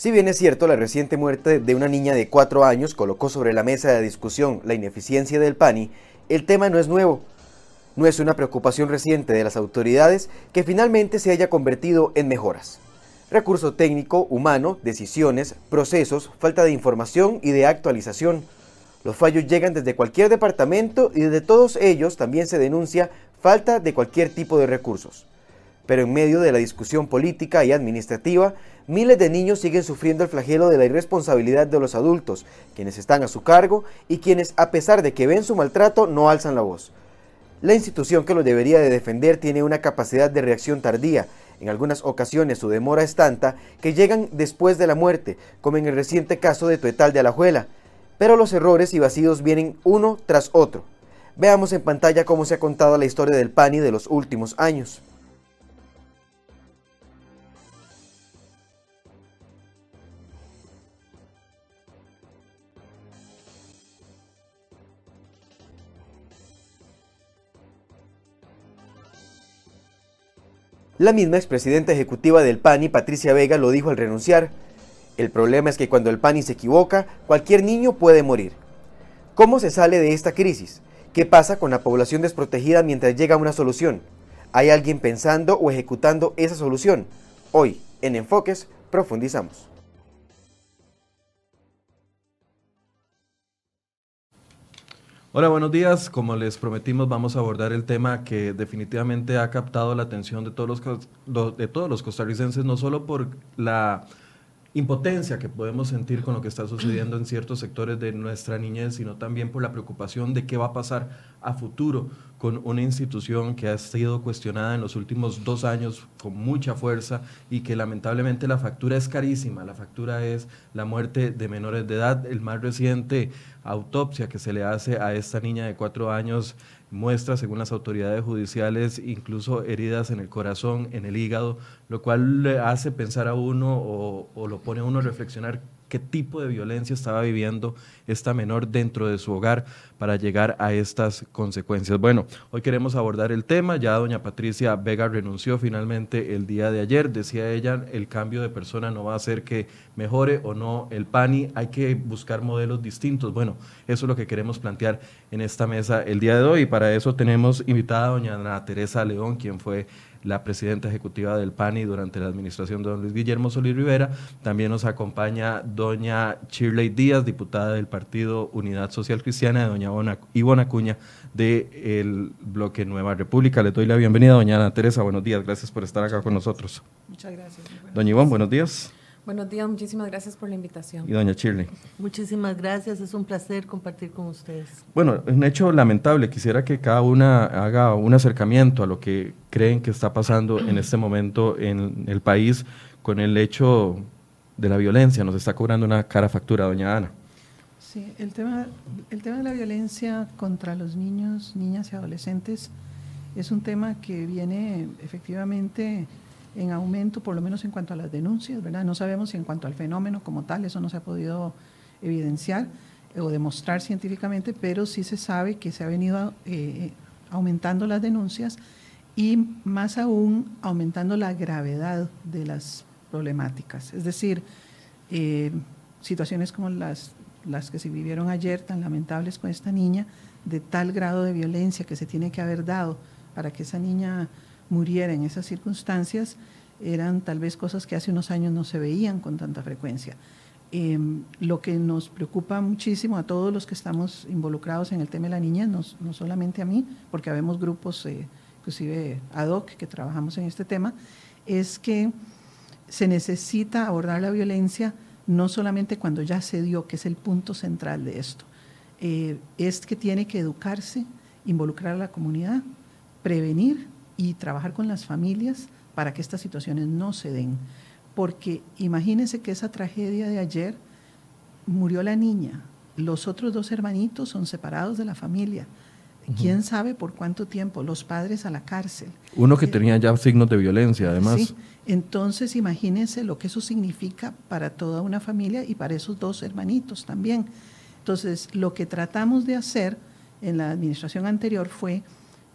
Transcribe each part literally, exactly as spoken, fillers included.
Si bien es cierto, la reciente muerte de una niña de cuatro años colocó sobre la mesa de discusión la ineficiencia del P A N I, el tema no es nuevo. No es una preocupación reciente de las autoridades que finalmente se haya convertido en mejoras. Recurso técnico, humano, decisiones, procesos, falta de información y de actualización. Los fallos llegan desde cualquier departamento y desde todos ellos también se denuncia falta de cualquier tipo de recursos. Pero en medio de la discusión política y administrativa, miles de niños siguen sufriendo el flagelo de la irresponsabilidad de los adultos, quienes están a su cargo y quienes, a pesar de que ven su maltrato, no alzan la voz. La institución que los debería de defender tiene una capacidad de reacción tardía. En algunas ocasiones su demora es tanta que llegan después de la muerte, como en el reciente caso de Toetal de Alajuela. Pero los errores y vacíos vienen uno tras otro. Veamos en pantalla cómo se ha contado la historia del P A N I de los últimos años. La misma expresidenta ejecutiva del P A N I, Patricia Vega, lo dijo al renunciar. El problema es que cuando el P A N I se equivoca, cualquier niño puede morir. ¿Cómo se sale de esta crisis? ¿Qué pasa con la población desprotegida mientras llega una solución? ¿Hay alguien pensando o ejecutando esa solución? Hoy, en Enfoques, profundizamos. Hola, buenos días. Como les prometimos, vamos a abordar el tema que definitivamente ha captado la atención de todos los, de todos los costarricenses, no solo por la impotencia que podemos sentir con lo que está sucediendo en ciertos sectores de nuestra niñez, sino también por la preocupación de qué va a pasar a futuro con una institución que ha sido cuestionada en los últimos dos años con mucha fuerza y que lamentablemente la factura es carísima. La factura es la muerte de menores de edad. El más reciente autopsia que se le hace a esta niña de cuatro años muestra, según las autoridades judiciales, incluso heridas en el corazón, en el hígado, lo cual le hace pensar a uno o, o lo pone a uno a reflexionar qué tipo de violencia estaba viviendo esta menor dentro de su hogar para llegar a estas consecuencias. Bueno, hoy queremos abordar el tema. Ya doña Patricia Vega renunció finalmente el día de ayer. Decía ella, el cambio de persona no va a hacer que mejore o no el P A N I, hay que buscar modelos distintos. Bueno, eso es lo que queremos plantear en esta mesa el día de hoy, y para eso tenemos invitada a doña Ana Teresa León, quien fue la presidenta ejecutiva del P A N I durante la administración de don Luis Guillermo Solís Rivera. También nos acompaña doña Shirley Díaz, diputada del Partido Unidad Social Cristiana, de doña Ivonne Acuña, del bloque Nueva República. Le doy la bienvenida, doña Ana Teresa. Buenos días, gracias por estar acá con nosotros. Muchas gracias. Doña Ivonne, buenos días. Buenos días, muchísimas gracias por la invitación. Y doña Shirley. Muchísimas gracias, es un placer compartir con ustedes. Bueno, es un hecho lamentable, quisiera que cada una haga un acercamiento a lo que creen que está pasando en este momento en el país con el hecho de la violencia. Nos está cobrando una cara factura, doña Ana. Sí, el tema, el tema de la violencia contra los niños, niñas y adolescentes es un tema que viene efectivamente en aumento, por lo menos en cuanto a las denuncias, ¿verdad? No sabemos si en cuanto al fenómeno como tal, eso no se ha podido evidenciar o demostrar científicamente, pero sí se sabe que se ha venido eh, aumentando las denuncias y más aún aumentando la gravedad de las problemáticas. Es decir, eh, situaciones como las, las que se vivieron ayer, tan lamentables con esta niña, de tal grado de violencia que se tiene que haber dado para que esa niña muriera en esas circunstancias, eran tal vez cosas que hace unos años no se veían con tanta frecuencia. Eh, lo que nos preocupa muchísimo a todos los que estamos involucrados en el tema de la niñez, no, no solamente a mí, porque habemos grupos, eh, inclusive ad hoc, que trabajamos en este tema, es que se necesita abordar la violencia no solamente cuando ya se dio, que es el punto central de esto, eh, es que tiene que educarse, involucrar a la comunidad, prevenir y trabajar con las familias para que estas situaciones no se den. Porque imagínense que esa tragedia de ayer, murió la niña, los otros dos hermanitos son separados de la familia, uh-huh. ¿Quién sabe por cuánto tiempo? Los padres a la cárcel. Uno que eh, tenía ya signos de violencia, además. Sí, entonces imagínense lo que eso significa para toda una familia y para esos dos hermanitos también. Entonces, lo que tratamos de hacer en la administración anterior fue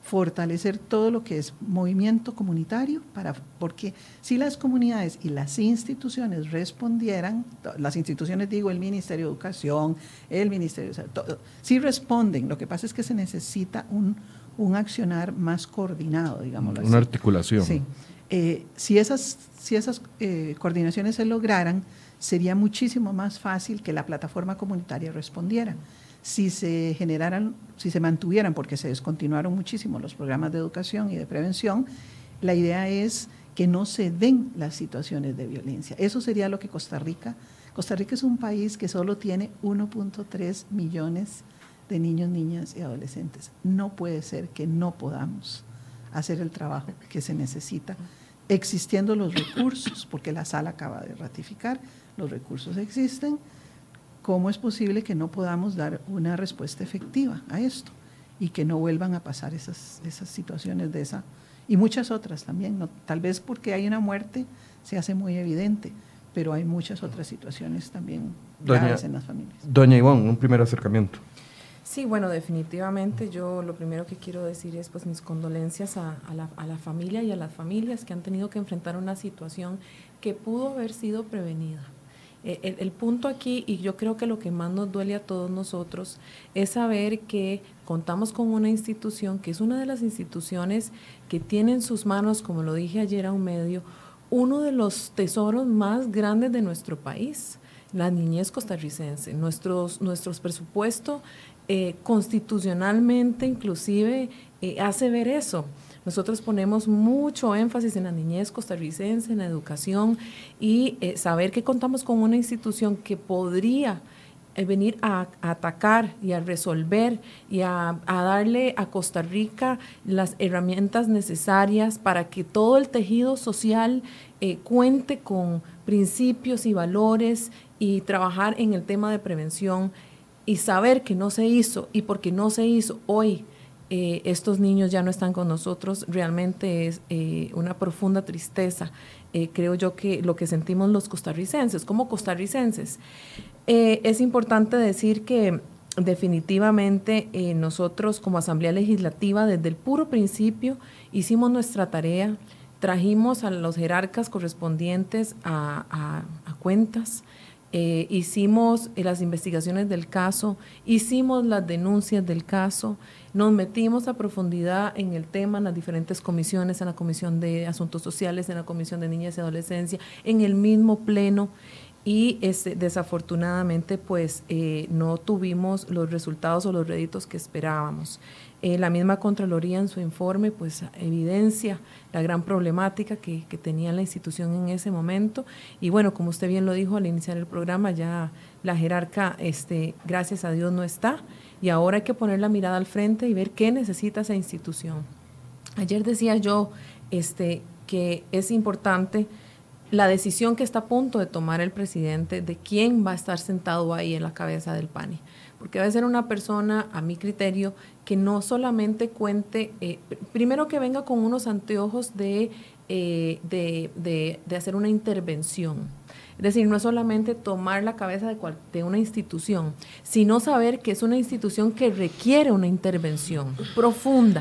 fortalecer todo lo que es movimiento comunitario, para, porque si las comunidades y las instituciones respondieran, las instituciones digo, el Ministerio de Educación, el Ministerio de Salud, si responden, lo que pasa es que se necesita un, un accionar más coordinado, digámoslo así. Una articulación. Sí. Eh, si esas, si esas eh, coordinaciones se lograran, sería muchísimo más fácil que la plataforma comunitaria respondiera. Si se generaran, si se mantuvieran, porque se descontinuaron muchísimo los programas de educación y de prevención, la idea es que no se den las situaciones de violencia. Eso sería lo que Costa Rica, Costa Rica es un país que solo tiene uno punto tres millones de niños, niñas y adolescentes. No puede ser que no podamos hacer el trabajo que se necesita, existiendo los recursos, porque la sala acaba de ratificar, los recursos existen. ¿Cómo es posible que no podamos dar una respuesta efectiva a esto y que no vuelvan a pasar esas, esas situaciones de esa y muchas otras también? No, tal vez porque hay una muerte se hace muy evidente, pero hay muchas otras situaciones también graves en las familias. Doña Ivonne, un primer acercamiento. Sí, bueno, definitivamente yo lo primero que quiero decir es pues mis condolencias a, a, la, a la familia y a las familias que han tenido que enfrentar una situación que pudo haber sido prevenida. El, el punto aquí, y yo creo que lo que más nos duele a todos nosotros, es saber que contamos con una institución que es una de las instituciones que tiene en sus manos, como lo dije ayer a un medio, uno de los tesoros más grandes de nuestro país, la niñez costarricense. Nuestros, nuestros presupuestos eh, constitucionalmente inclusive eh, hace ver eso. Nosotros ponemos mucho énfasis en la niñez costarricense, en la educación y eh, saber que contamos con una institución que podría eh, venir a, a atacar y a resolver y a, a darle a Costa Rica las herramientas necesarias para que todo el tejido social eh, cuente con principios y valores y trabajar en el tema de prevención y saber que no se hizo y porque no se hizo hoy. Eh, estos niños ya no están con nosotros, realmente es eh, una profunda tristeza, eh, creo yo que lo que sentimos los costarricenses, como costarricenses. Eh, es importante decir que definitivamente eh, nosotros como Asamblea Legislativa desde el puro principio hicimos nuestra tarea, trajimos a los jerarcas correspondientes a, a, a cuentas, eh, hicimos eh, las investigaciones del caso, hicimos las denuncias del caso, nos metimos a profundidad en el tema en las diferentes comisiones, en la Comisión de Asuntos Sociales, en la Comisión de Niñez y Adolescencia, en el mismo pleno y este, desafortunadamente pues eh, no tuvimos los resultados o los réditos que esperábamos. Eh, la misma Contraloría en su informe pues evidencia la gran problemática que, que tenía la institución en ese momento y bueno, como usted bien lo dijo al iniciar el programa, ya la jerarca, este, gracias a Dios, no está y ahora hay que poner la mirada al frente y ver qué necesita esa institución. Ayer decía yo este, que es importante la decisión que está a punto de tomar el presidente de quién va a estar sentado ahí en la cabeza del PANI, porque debe ser una persona, a mi criterio, que no solamente cuente, eh, primero que venga con unos anteojos de, eh, de, de, de hacer una intervención. Es decir, no es solamente tomar la cabeza de, cual, de una institución, sino saber que es una institución que requiere una intervención profunda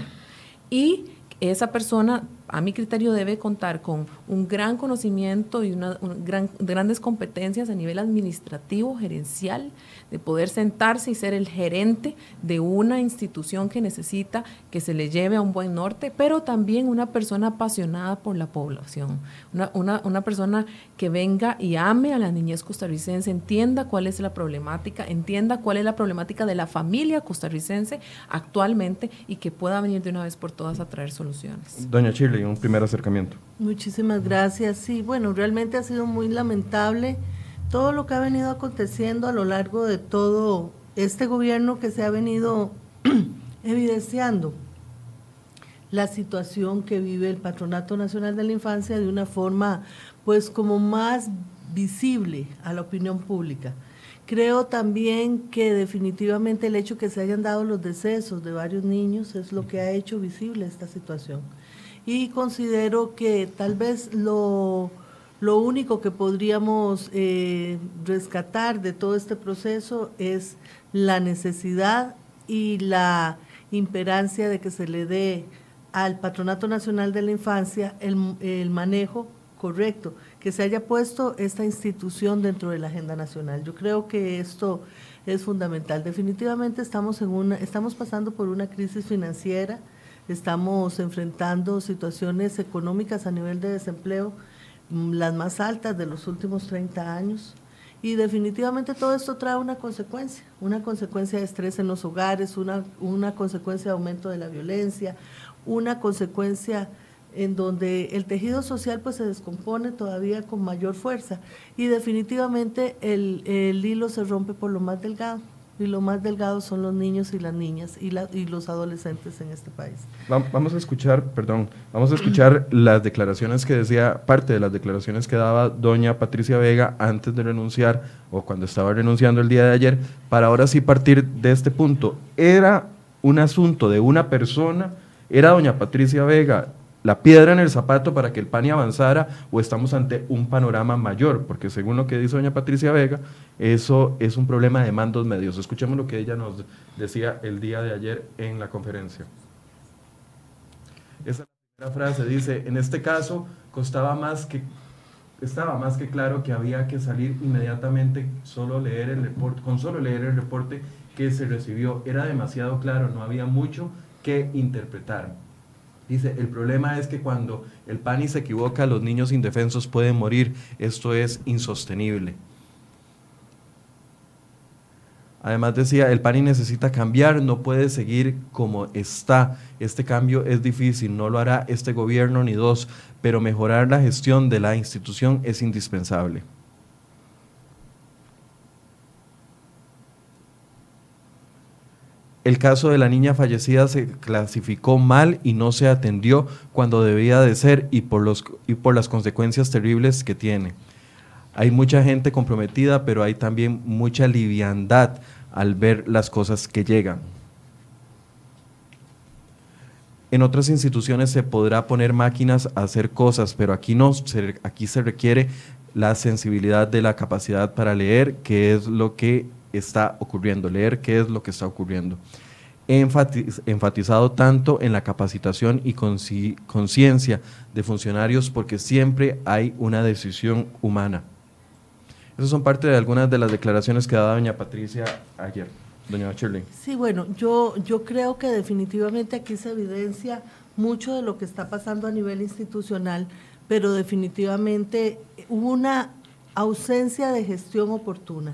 y esa persona, a mi criterio, debe contar con un gran conocimiento y una, una gran, grandes competencias a nivel administrativo, gerencial, de poder sentarse y ser el gerente de una institución que necesita que se le lleve a un buen norte, pero también una persona apasionada por la población, una, una, una persona que venga y ame a la niñez costarricense, entienda cuál es la problemática, entienda cuál es la problemática de la familia costarricense actualmente y que pueda venir de una vez por todas a traer soluciones. Doña Shirley, un primer acercamiento. Muchísimas gracias. Sí, bueno, realmente ha sido muy lamentable todo lo que ha venido aconteciendo a lo largo de todo este gobierno que se ha venido evidenciando la situación que vive el Patronato Nacional de la Infancia de una forma pues como más visible a la opinión pública. Creo también que definitivamente el hecho que se hayan dado los decesos de varios niños es lo que ha hecho visible esta situación. Y considero que tal vez lo, lo único que podríamos eh, rescatar de todo este proceso es la necesidad y la imperancia de que se le dé al Patronato Nacional de la Infancia el, el manejo correcto, que se haya puesto esta institución dentro de la agenda nacional. Yo creo que esto es fundamental. Definitivamente estamos, en una, estamos pasando por una crisis financiera, estamos enfrentando situaciones económicas a nivel de desempleo, las más altas de los últimos treinta años, y definitivamente todo esto trae una consecuencia, una consecuencia de estrés en los hogares, una, una consecuencia de aumento de la violencia, una consecuencia en donde el tejido social pues se descompone todavía con mayor fuerza, y definitivamente el, el hilo se rompe por lo más delgado, y lo más delgado son los niños y las niñas y, la, y los adolescentes en este país. Vamos a escuchar, perdón, vamos a escuchar las declaraciones que decía, parte de las declaraciones que daba doña Patricia Vega antes de renunciar, o cuando estaba renunciando el día de ayer, para ahora sí partir de este punto. ¿Era un asunto de una persona? ¿Era doña Patricia Vega la piedra en el zapato para que el P A N I avanzara, o estamos ante un panorama mayor? Porque según lo que dice doña Patricia Vega, eso es un problema de mandos medios. Escuchemos lo que ella nos decía el día de ayer en la conferencia. Esa es la primera frase, dice, en este caso costaba más que, estaba más que claro que había que salir inmediatamente, solo leer el reporte, con solo leer el reporte que se recibió. Era demasiado claro, no había mucho que interpretar. Dice, el problema es que cuando el P A N I se equivoca, los niños indefensos pueden morir. Esto es insostenible. Además decía, el P A N I necesita cambiar, no puede seguir como está. Este cambio es difícil, no lo hará este gobierno ni dos, pero mejorar la gestión de la institución es indispensable. El caso de la niña fallecida se clasificó mal y no se atendió cuando debía de ser, y por, los, y por las consecuencias terribles que tiene. Hay mucha gente comprometida, pero hay también mucha liviandad al ver las cosas que llegan. En otras instituciones se podrá poner máquinas a hacer cosas, pero aquí no, se, aquí se requiere la sensibilidad de la capacidad para leer qué es lo que está ocurriendo, leer qué es lo que está ocurriendo. He enfatiz, enfatizado tanto en la capacitación y conciencia de funcionarios porque siempre hay una decisión humana. Esas son parte de algunas de las declaraciones que daba doña Patricia ayer. Doña Shirley. Sí, bueno, yo, yo creo que definitivamente aquí se evidencia mucho de lo que está pasando a nivel institucional, pero definitivamente hubo una ausencia de gestión oportuna.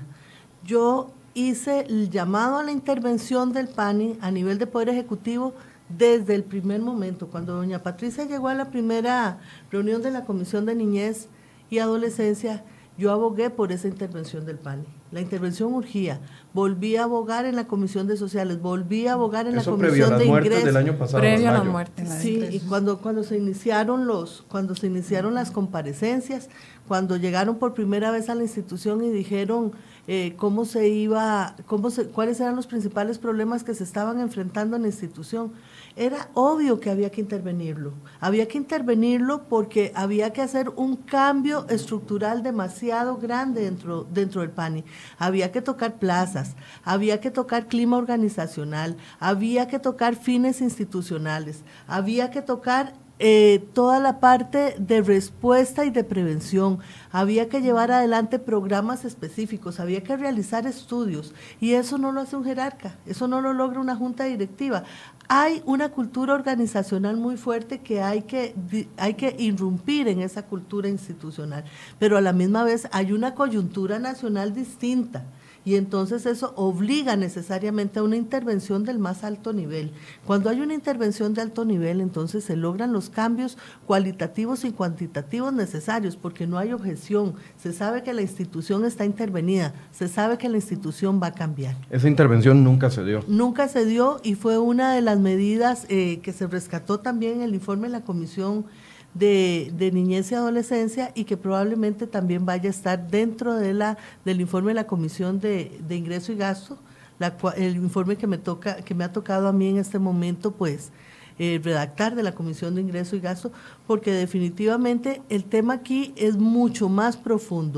Yo hice el llamado a la intervención del P A N I a nivel de Poder Ejecutivo desde el primer momento. Cuando doña Patricia llegó a la primera reunión de la Comisión de Niñez y Adolescencia, yo abogué por esa intervención del P A N I. La intervención urgía. Volví a abogar en la Comisión de Sociales, volví a abogar en Eso la Comisión de Ingresos. Del año pasado, previo a la muerte. Sí, y cuando, cuando se iniciaron los, cuando se iniciaron las comparecencias, cuando llegaron por primera vez a la institución y dijeron eh, cómo se iba, cómo se, cuáles eran los principales problemas que se estaban enfrentando en la institución, era obvio que había que intervenirlo. Había que intervenirlo porque había que hacer un cambio estructural demasiado grande dentro, dentro del P A N I. Había que tocar plazas, había que tocar clima organizacional, había que tocar fines institucionales, había que tocar Eh, toda la parte de respuesta y de prevención, había que llevar adelante programas específicos, había que realizar estudios, y eso no lo hace un jerarca, eso no lo logra una junta directiva. Hay una cultura organizacional muy fuerte que hay que, hay que irrumpir en esa cultura institucional, pero a la misma vez hay una coyuntura nacional distinta. Y entonces eso obliga necesariamente a una intervención del más alto nivel. Cuando hay una intervención de alto nivel, entonces se logran los cambios cualitativos y cuantitativos necesarios, porque no hay objeción, se sabe que la institución está intervenida, se sabe que la institución va a cambiar. Esa intervención nunca se dio. Nunca se dio, y fue una de las medidas eh, que se rescató también en el informe de la Comisión De, de Niñez y Adolescencia, y que probablemente también vaya a estar dentro de la del informe de la Comisión de, de Ingreso y Gasto, la, el informe que me toca que me ha tocado a mí en este momento, pues eh, redactar, de la Comisión de Ingreso y Gasto, porque definitivamente el tema aquí es mucho más profundo.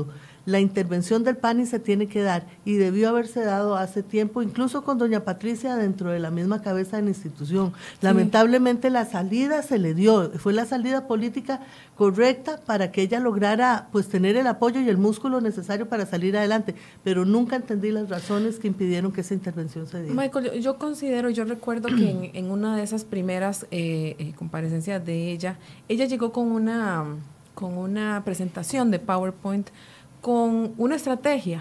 La intervención del PANI se tiene que dar y debió haberse dado hace tiempo, incluso con doña Patricia dentro de la misma cabeza de la institución. Sí. Lamentablemente la salida se le dio, fue la salida política correcta para que ella lograra pues tener el apoyo y el músculo necesario para salir adelante, pero nunca entendí las razones que impidieron que esa intervención se diera. Michael, yo, yo considero, yo recuerdo que en, en una de esas primeras eh, eh, comparecencias de ella, ella llegó con una, con una presentación de PowerPoint con una estrategia.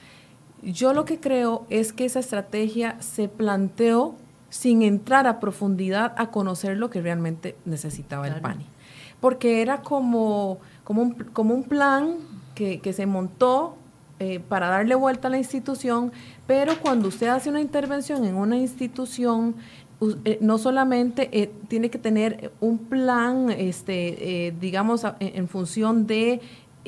Yo lo que creo es que esa estrategia se planteó sin entrar a profundidad a conocer lo que realmente necesitaba claro. el PANI. Porque era como, como, un, como un plan que, que se montó eh, para darle vuelta a la institución, pero cuando usted hace una intervención en una institución, eh, no solamente eh, tiene que tener un plan, este, eh, digamos, en, en función de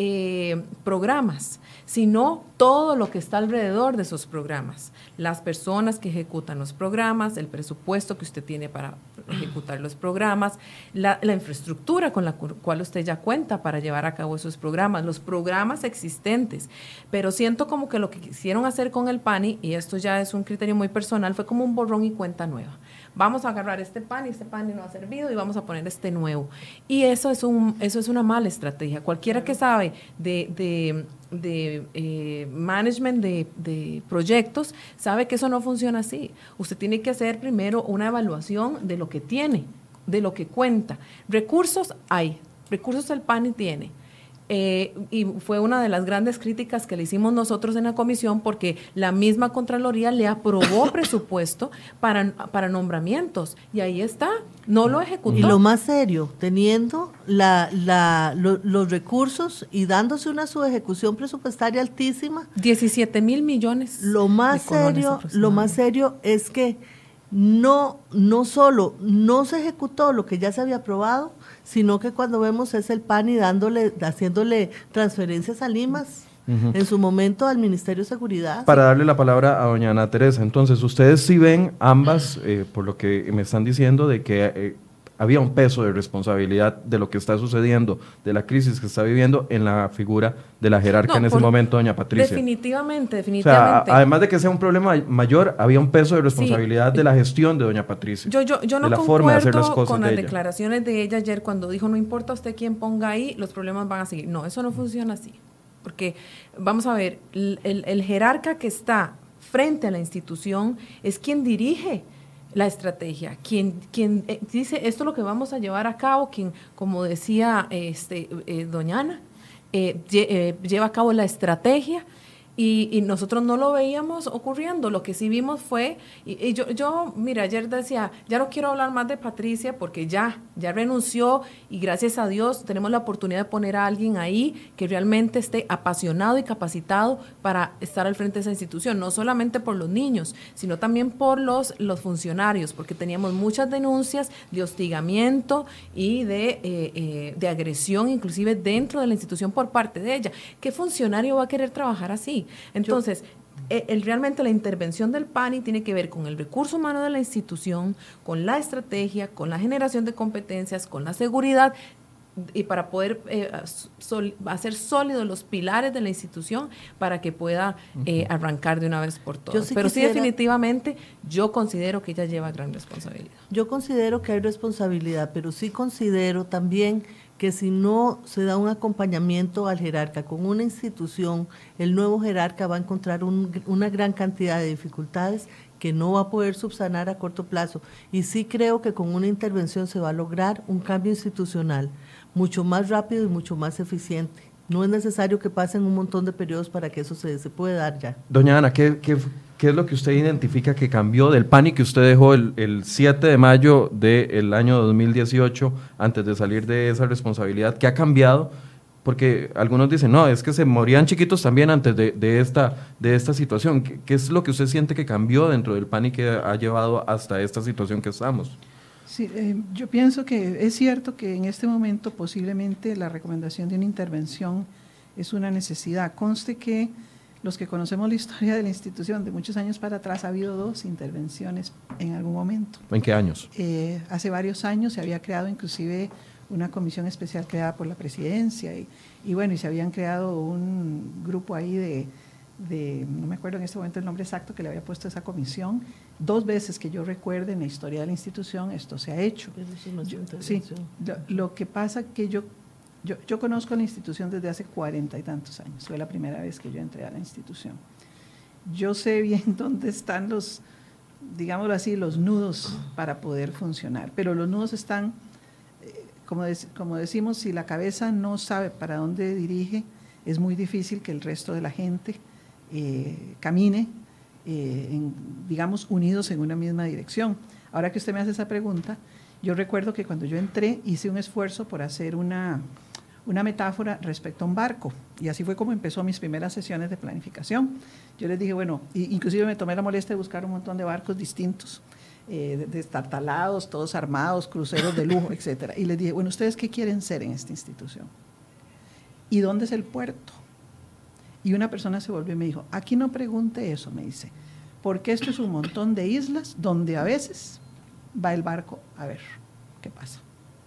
Eh, programas, sino todo lo que está alrededor de esos programas, las personas que ejecutan los programas, el presupuesto que usted tiene para ejecutar los programas, la, la infraestructura con la cual usted ya cuenta para llevar a cabo esos programas, los programas existentes, pero siento como que lo que quisieron hacer con el PANI, y esto ya es un criterio muy personal, fue como un borrón y cuenta nueva. Vamos a agarrar este PANI, este PANI no ha servido y vamos a poner este nuevo. Y eso es un, eso es una mala estrategia. Cualquiera que sabe de, de, de eh, management de, de proyectos sabe que eso no funciona así. Usted tiene que hacer primero una evaluación de lo que tiene, de lo que cuenta. Recursos hay, recursos el PANI tiene. Eh, y fue una de las grandes críticas que le hicimos nosotros en la comisión porque la misma Contraloría le aprobó presupuesto para, para nombramientos y ahí está, no lo ejecutó. Y lo más serio, teniendo la, la, lo, los recursos y dándose una subejecución presupuestaria altísima. diecisiete mil millones. Lo más serio, lo más serio es que no, no solo no se ejecutó lo que ya se había aprobado, sino que cuando vemos es el PANI dándole, haciéndole transferencias a Limas, uh-huh. en su momento al Ministerio de Seguridad. Para darle la palabra a doña Ana Teresa, entonces ustedes sí ven ambas, eh, por lo que me están diciendo, de que eh, había un peso de responsabilidad de lo que está sucediendo, de la crisis que está viviendo en la figura de la jerarca no, en ese momento, doña Patricia. Definitivamente, definitivamente. O sea, además de que sea un problema mayor, había un peso de responsabilidad sí. de la gestión de doña Patricia. Yo, yo, yo no de la concuerdo forma de hacer las cosas con las de ella. declaraciones de ella ayer cuando dijo, no importa usted quién ponga ahí, los problemas van a seguir. No, eso no funciona así. Porque, vamos a ver, el, el, el jerarca que está frente a la institución es quien dirige la estrategia, quien, quien eh, dice esto es lo que vamos a llevar a cabo, quien, como decía este, eh, doña Ana, eh, lle, eh, lleva a cabo la estrategia y, y nosotros no lo veíamos ocurriendo. Lo que sí vimos fue, y, y yo, yo, mira, ayer decía, ya no quiero hablar más de Patricia porque ya, ya renunció y gracias a Dios tenemos la oportunidad de poner a alguien ahí que realmente esté apasionado y capacitado para estar al frente de esa institución, no solamente por los niños, sino también por los, los funcionarios, porque teníamos muchas denuncias de hostigamiento y de, eh, eh, de agresión, inclusive dentro de la institución por parte de ella. ¿Qué funcionario va a querer trabajar así? Entonces, el, el, realmente la intervención del PANI tiene que ver con el recurso humano de la institución, con la estrategia, con la generación de competencias, con la seguridad y para poder eh, sol, hacer sólidos los pilares de la institución para que pueda eh, arrancar de una vez por todas. Sí Pero quisiera, sí, definitivamente, yo considero que ella lleva gran responsabilidad. Yo considero que hay responsabilidad, pero sí considero también que si no se da un acompañamiento al jerarca con una institución, el nuevo jerarca va a encontrar un, una gran cantidad de dificultades que no va a poder subsanar a corto plazo. Y sí creo que con una intervención se va a lograr un cambio institucional mucho más rápido y mucho más eficiente. No es necesario que pasen un montón de periodos para que eso se, se puede dar ya. Doña Ana, ¿qué, qué, qué es lo que usted identifica que cambió del PANI que usted dejó el, el siete de mayo del año dos mil dieciocho, antes de salir de esa responsabilidad? ¿Qué ha cambiado? Porque algunos dicen, no, es que se morían chiquitos también antes de, de, esta, de esta situación. ¿Qué, ¿Qué es lo que usted siente que cambió dentro del PANI que ha llevado hasta esta situación que estamos? Sí, eh, yo pienso que es cierto que en este momento posiblemente la recomendación de una intervención es una necesidad. Conste que los que conocemos la historia de la institución de muchos años para atrás ha habido dos intervenciones en algún momento. ¿En qué años? Eh, hace varios años se había creado inclusive una comisión especial creada por la presidencia y, y bueno, y se habían creado un grupo ahí de, de, no me acuerdo en este momento el nombre exacto que le había puesto a esa comisión. Dos veces que yo recuerde en la historia de la institución esto se ha hecho. Yo, sí, lo, lo que pasa que yo, yo, yo conozco la institución desde hace cuarenta y tantos años, fue la primera vez que yo entré a la institución. Yo sé bien dónde están los, digámoslo así, los nudos para poder funcionar, pero los nudos están... Como, de, como decimos, si la cabeza no sabe para dónde dirige, es muy difícil que el resto de la gente eh, camine, eh, en, digamos, unidos en una misma dirección. Ahora que usted me hace esa pregunta, yo recuerdo que cuando yo entré hice un esfuerzo por hacer una, una metáfora respecto a un barco, y así fue como empezó mis primeras sesiones de planificación. Yo les dije, bueno, inclusive me tomé la molestia de buscar un montón de barcos distintos, Eh, destartalados, todos armados, cruceros de lujo, etcétera. Y les dije, bueno, ¿ustedes qué quieren ser en esta institución? ¿Y dónde es el puerto? Y una persona se volvió y me dijo, aquí no pregunte eso, me dice, porque esto es un montón de islas donde a veces va el barco a ver qué pasa.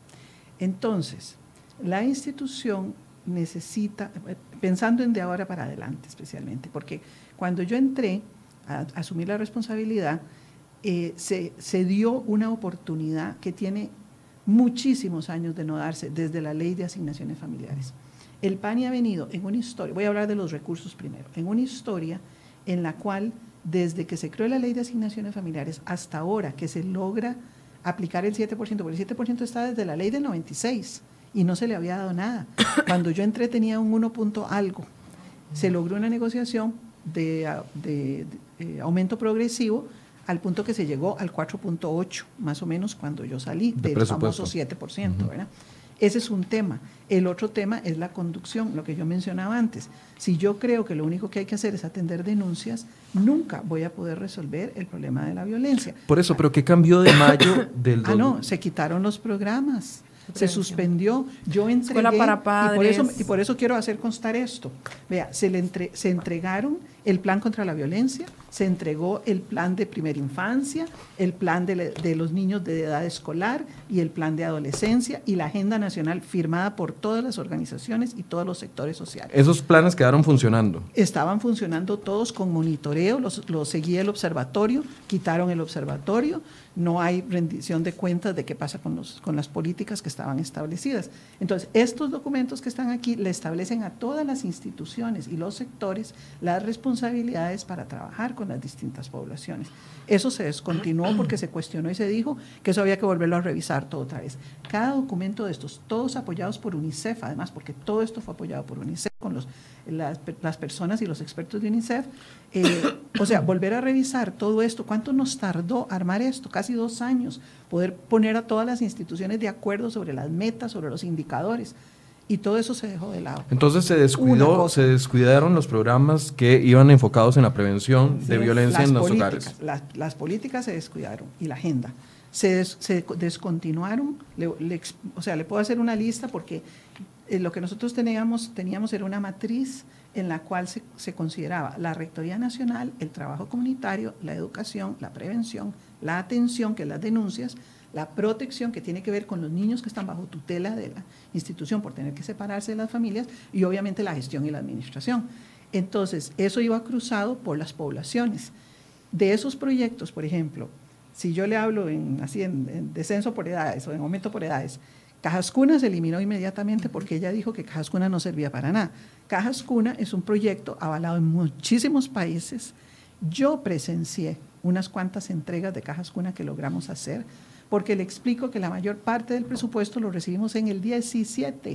Entonces, la institución necesita, pensando en de ahora para adelante especialmente, porque cuando yo entré a, a asumir la responsabilidad, Eh, se, se dio una oportunidad que tiene muchísimos años de no darse desde la ley de asignaciones familiares. El P A N I ha venido en una historia, voy a hablar de los recursos primero, en una historia en la cual desde que se creó la ley de asignaciones familiares hasta ahora que se logra aplicar el siete por ciento, porque el siete por ciento está desde la ley del noventa y seis y no se le había dado nada. Cuando yo entré tenía un uno punto algo, se logró una negociación de, de, de, de aumento progresivo al punto que se llegó al cuatro punto ocho, más o menos, cuando yo salí, de del famoso siete por ciento, uh-huh. ¿verdad? Ese es un tema. El otro tema es la conducción, lo que yo mencionaba antes. Si yo creo que lo único que hay que hacer es atender denuncias, nunca voy a poder resolver el problema de la violencia. Por eso, ¿pero qué cambió de mayo del...? Ah, no, se quitaron los programas. Se suspendió, yo entregué, Escuela para padres. Y por eso, y por eso quiero hacer constar esto. Vea, se, le entre, se entregaron el plan contra la violencia, se entregó el plan de primera infancia, el plan de, de los niños de edad escolar y el plan de adolescencia y la agenda nacional firmada por todas las organizaciones y todos los sectores sociales. ¿Esos planes quedaron funcionando? Estaban funcionando todos con monitoreo, los, los seguía el observatorio, quitaron el observatorio, no hay rendición de cuentas de qué pasa con, los, con las políticas que estaban establecidas. Entonces, estos documentos que están aquí le establecen a todas las instituciones y los sectores las responsabilidades para trabajar con las distintas poblaciones. Eso se descontinuó porque se cuestionó y se dijo que eso había que volverlo a revisar todo otra vez. Cada documento de estos, todos apoyados por UNICEF, además, porque todo esto fue apoyado por UNICEF, con los, las, las personas y los expertos de UNICEF, eh, o sea, volver a revisar todo esto. ¿Cuánto nos tardó armar esto? Casi dos años, poder poner a todas las instituciones de acuerdo sobre las metas, sobre los indicadores. Y todo eso se dejó de lado. Entonces se descuidó, se descuidaron los programas que iban enfocados en la prevención sí, de violencia en los hogares. Las, las políticas se descuidaron y la agenda. Se, des, se descontinuaron, le, le, o sea, le puedo hacer una lista porque eh, lo que nosotros teníamos, teníamos era una matriz en la cual se, se consideraba la Rectoría Nacional, el trabajo comunitario, la educación, la prevención, la atención, que es las denuncias, la protección, que tiene que ver con los niños que están bajo tutela de la institución por tener que separarse de las familias, y obviamente la gestión y la administración. Entonces, eso iba cruzado por las poblaciones. De esos proyectos, por ejemplo, si yo le hablo en, así en, en descenso por edades o en aumento por edades, Cajas Cuna se eliminó inmediatamente porque ella dijo que Cajas Cuna no servía para nada. Cajas Cuna es un proyecto avalado en muchísimos países. Yo presencié unas cuantas entregas de Cajas Cuna que logramos hacer, porque le explico que la mayor parte del presupuesto lo recibimos en el diecisiete.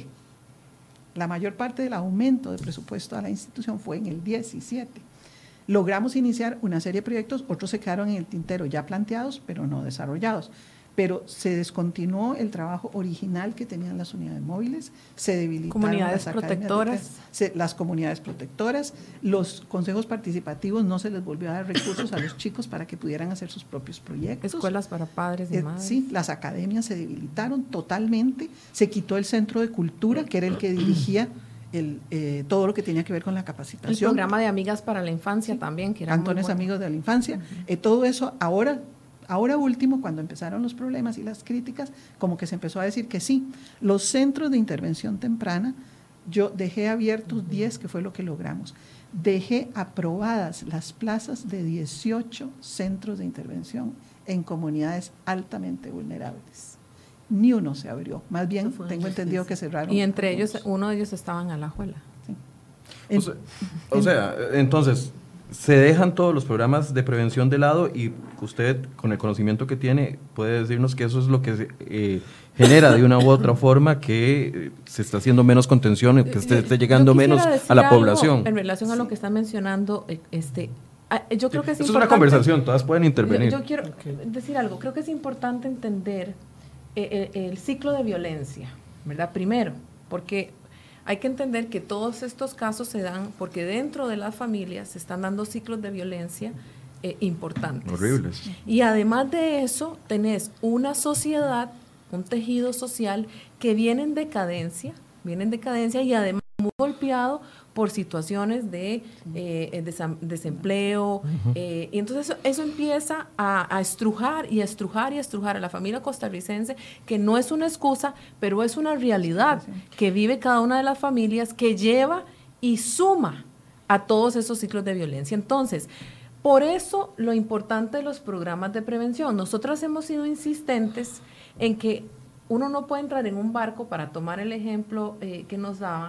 La mayor parte del aumento de presupuesto a la institución fue en el diecisiete. Logramos iniciar una serie de proyectos, otros se quedaron en el tintero ya planteados, pero no desarrollados. Pero se descontinuó el trabajo original que tenían las unidades móviles, se debilitaron comunidades las protectoras. De, se, las comunidades protectoras, los consejos participativos no se les volvió a dar recursos a los chicos para que pudieran hacer sus propios proyectos. Escuelas para padres y eh, madres. Sí, las academias se debilitaron totalmente, se quitó el centro de cultura, que era el que dirigía el, eh, todo lo que tenía que ver con la capacitación. El programa de Amigas para la Infancia sí, también, que era Cantones muy bueno. Amigos de la Infancia, uh-huh. eh, todo eso ahora Ahora último, cuando empezaron los problemas y las críticas, como que se empezó a decir que sí, los centros de intervención temprana, yo dejé abiertos diez, que fue lo que logramos. Dejé aprobadas las plazas de dieciocho centros de intervención en comunidades altamente vulnerables. Ni uno se abrió, más bien tengo entendido que cerraron. Y entre algunos. ellos, uno de ellos estaba en Alajuela. Sí. O sea, o sea, entonces, se dejan todos los programas de prevención de lado y usted, con el conocimiento que tiene, puede decirnos que eso es lo que eh, genera de una u otra forma que se está haciendo menos contención, que esté, esté llegando menos a la población. En relación a lo que están mencionando, este, yo creo que es Eso importante. es una conversación, todas pueden intervenir. Yo, yo quiero okay. decir algo, creo que es importante entender el, el ciclo de violencia, ¿verdad? Primero, porque hay que entender que todos estos casos se dan porque dentro de las familias se están dando ciclos de violencia eh, importantes. Horribles. Y además de eso, tenés una sociedad, un tejido social que viene en decadencia, viene en decadencia y además muy golpeado por situaciones de eh, desam- desempleo, uh-huh. eh, y entonces eso, eso empieza a, a estrujar y a estrujar y a estrujar a la familia costarricense, que no es una excusa, pero es una realidad sí, sí. que vive cada una de las familias, que lleva y suma a todos esos ciclos de violencia. Entonces, por eso lo importante de los programas de prevención. Nosotros hemos sido insistentes en que uno no puede entrar en un barco, para tomar el ejemplo eh, que nos daba,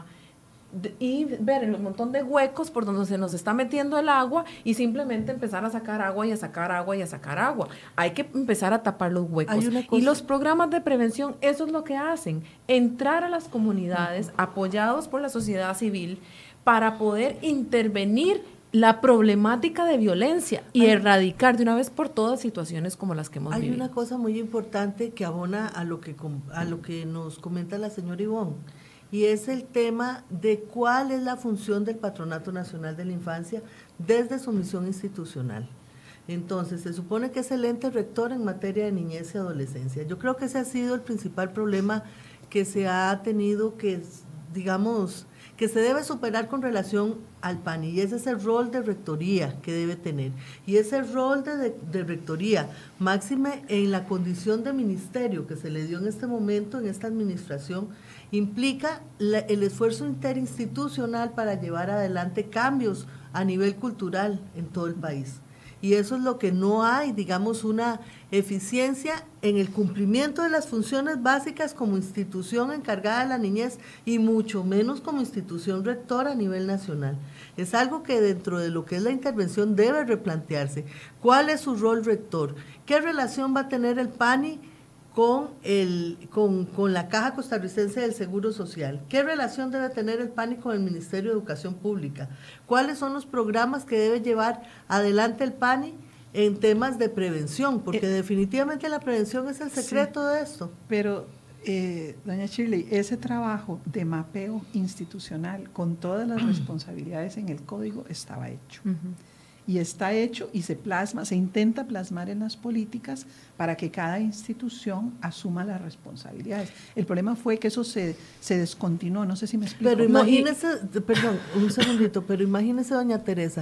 y ver el montón de huecos por donde se nos está metiendo el agua y simplemente empezar a sacar agua y a sacar agua y a sacar agua. Hay que empezar a tapar los huecos. Y los programas de prevención, eso es lo que hacen, entrar a las comunidades, uh-huh. apoyados por la sociedad civil, para poder intervenir la problemática de violencia y hay, erradicar de una vez por todas situaciones como las que hemos hay vivido. Hay una cosa muy importante que abona a lo que, a lo que nos comenta la señora Ivonne, y es el tema de cuál es la función del Patronato Nacional de la Infancia desde su misión institucional. Entonces, se supone que es el ente rector en materia de niñez y adolescencia. Yo creo que ese ha sido el principal problema que se ha tenido que, digamos, que se debe superar con relación al P A N I, y ese es el rol de rectoría que debe tener. Y ese rol de, de, de rectoría, máxime en la condición de ministerio que se le dio en este momento, en esta administración, implica la, el esfuerzo interinstitucional para llevar adelante cambios a nivel cultural en todo el país. Y eso es lo que no hay, digamos, una eficiencia en el cumplimiento de las funciones básicas como institución encargada de la niñez y mucho menos como institución rectora a nivel nacional. Es algo que dentro de lo que es la intervención debe replantearse. ¿Cuál es su rol rector? ¿Qué relación va a tener el P A N I con, el, con, con la Caja Costarricense del Seguro Social? ¿Qué relación debe tener el P A N I con el Ministerio de Educación Pública? ¿Cuáles son los programas que debe llevar adelante el P A N I en temas de prevención? Porque eh, definitivamente la prevención es el secreto sí, de esto. Pero, eh, doña Shirley, ese trabajo de mapeo institucional con todas las responsabilidades en el código estaba hecho. Uh-huh. Y está hecho y se plasma, se intenta plasmar en las políticas para que cada institución asuma las responsabilidades. El problema fue que eso se, se descontinuó, no sé si me explico. Pero imagínese, no, y, perdón, un segundito, pero imagínese, doña Teresa,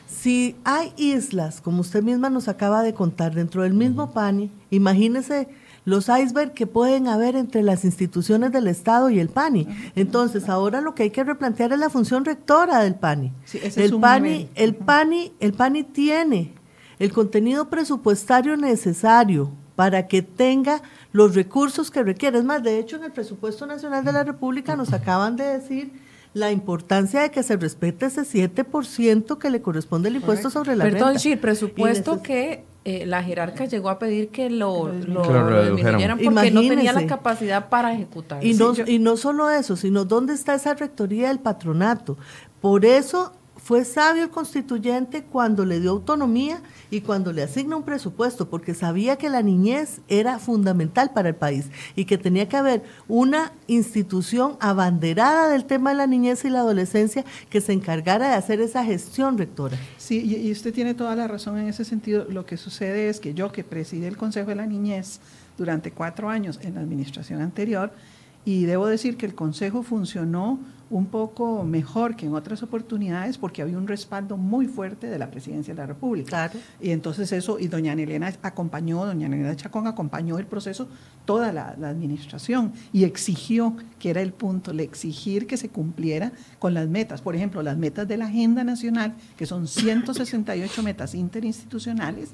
si hay islas, como usted misma nos acaba de contar, dentro del mismo uh-huh. P A N I, imagínese los icebergs que pueden haber entre las instituciones del Estado y el P A N I. Entonces, ahora lo que hay que replantear es la función rectora del P A N I. Sí, ese el, es un P A N I el, P A N I, el P A N I tiene el contenido presupuestario necesario para que tenga los recursos que requiere. Es más, de hecho, en el Presupuesto Nacional de la República nos acaban de decir la importancia de que se respete ese siete por ciento que le corresponde el impuesto sobre la Perdón, renta. Sí, presupuesto neces- que eh, la jerarca llegó a pedir que lo, lo, que lo, lo disminuyeran porque Imagínense. no tenía la capacidad para ejecutar. Y no, sí, yo, y no solo eso, sino dónde está esa rectoría del patronato. Por eso fue sabio el constituyente cuando le dio autonomía y cuando le asigna un presupuesto, porque sabía que la niñez era fundamental para el país y que tenía que haber una institución abanderada del tema de la niñez y la adolescencia que se encargara de hacer esa gestión rectora. Sí, y, y usted tiene toda la razón en ese sentido. Lo que sucede es que yo, que presidí el Consejo de la Niñez durante cuatro años en la administración anterior, Y debo decir que el Consejo funcionó un poco mejor que en otras oportunidades porque había un respaldo muy fuerte de la Presidencia de la República. Claro. Y entonces eso, y doña Elena acompañó, doña Elena Chacón acompañó el proceso, toda la, la administración, y exigió, que era el punto, le exigir que se cumpliera con las metas. Por ejemplo, las metas de la Agenda Nacional, que son ciento sesenta y ocho metas interinstitucionales,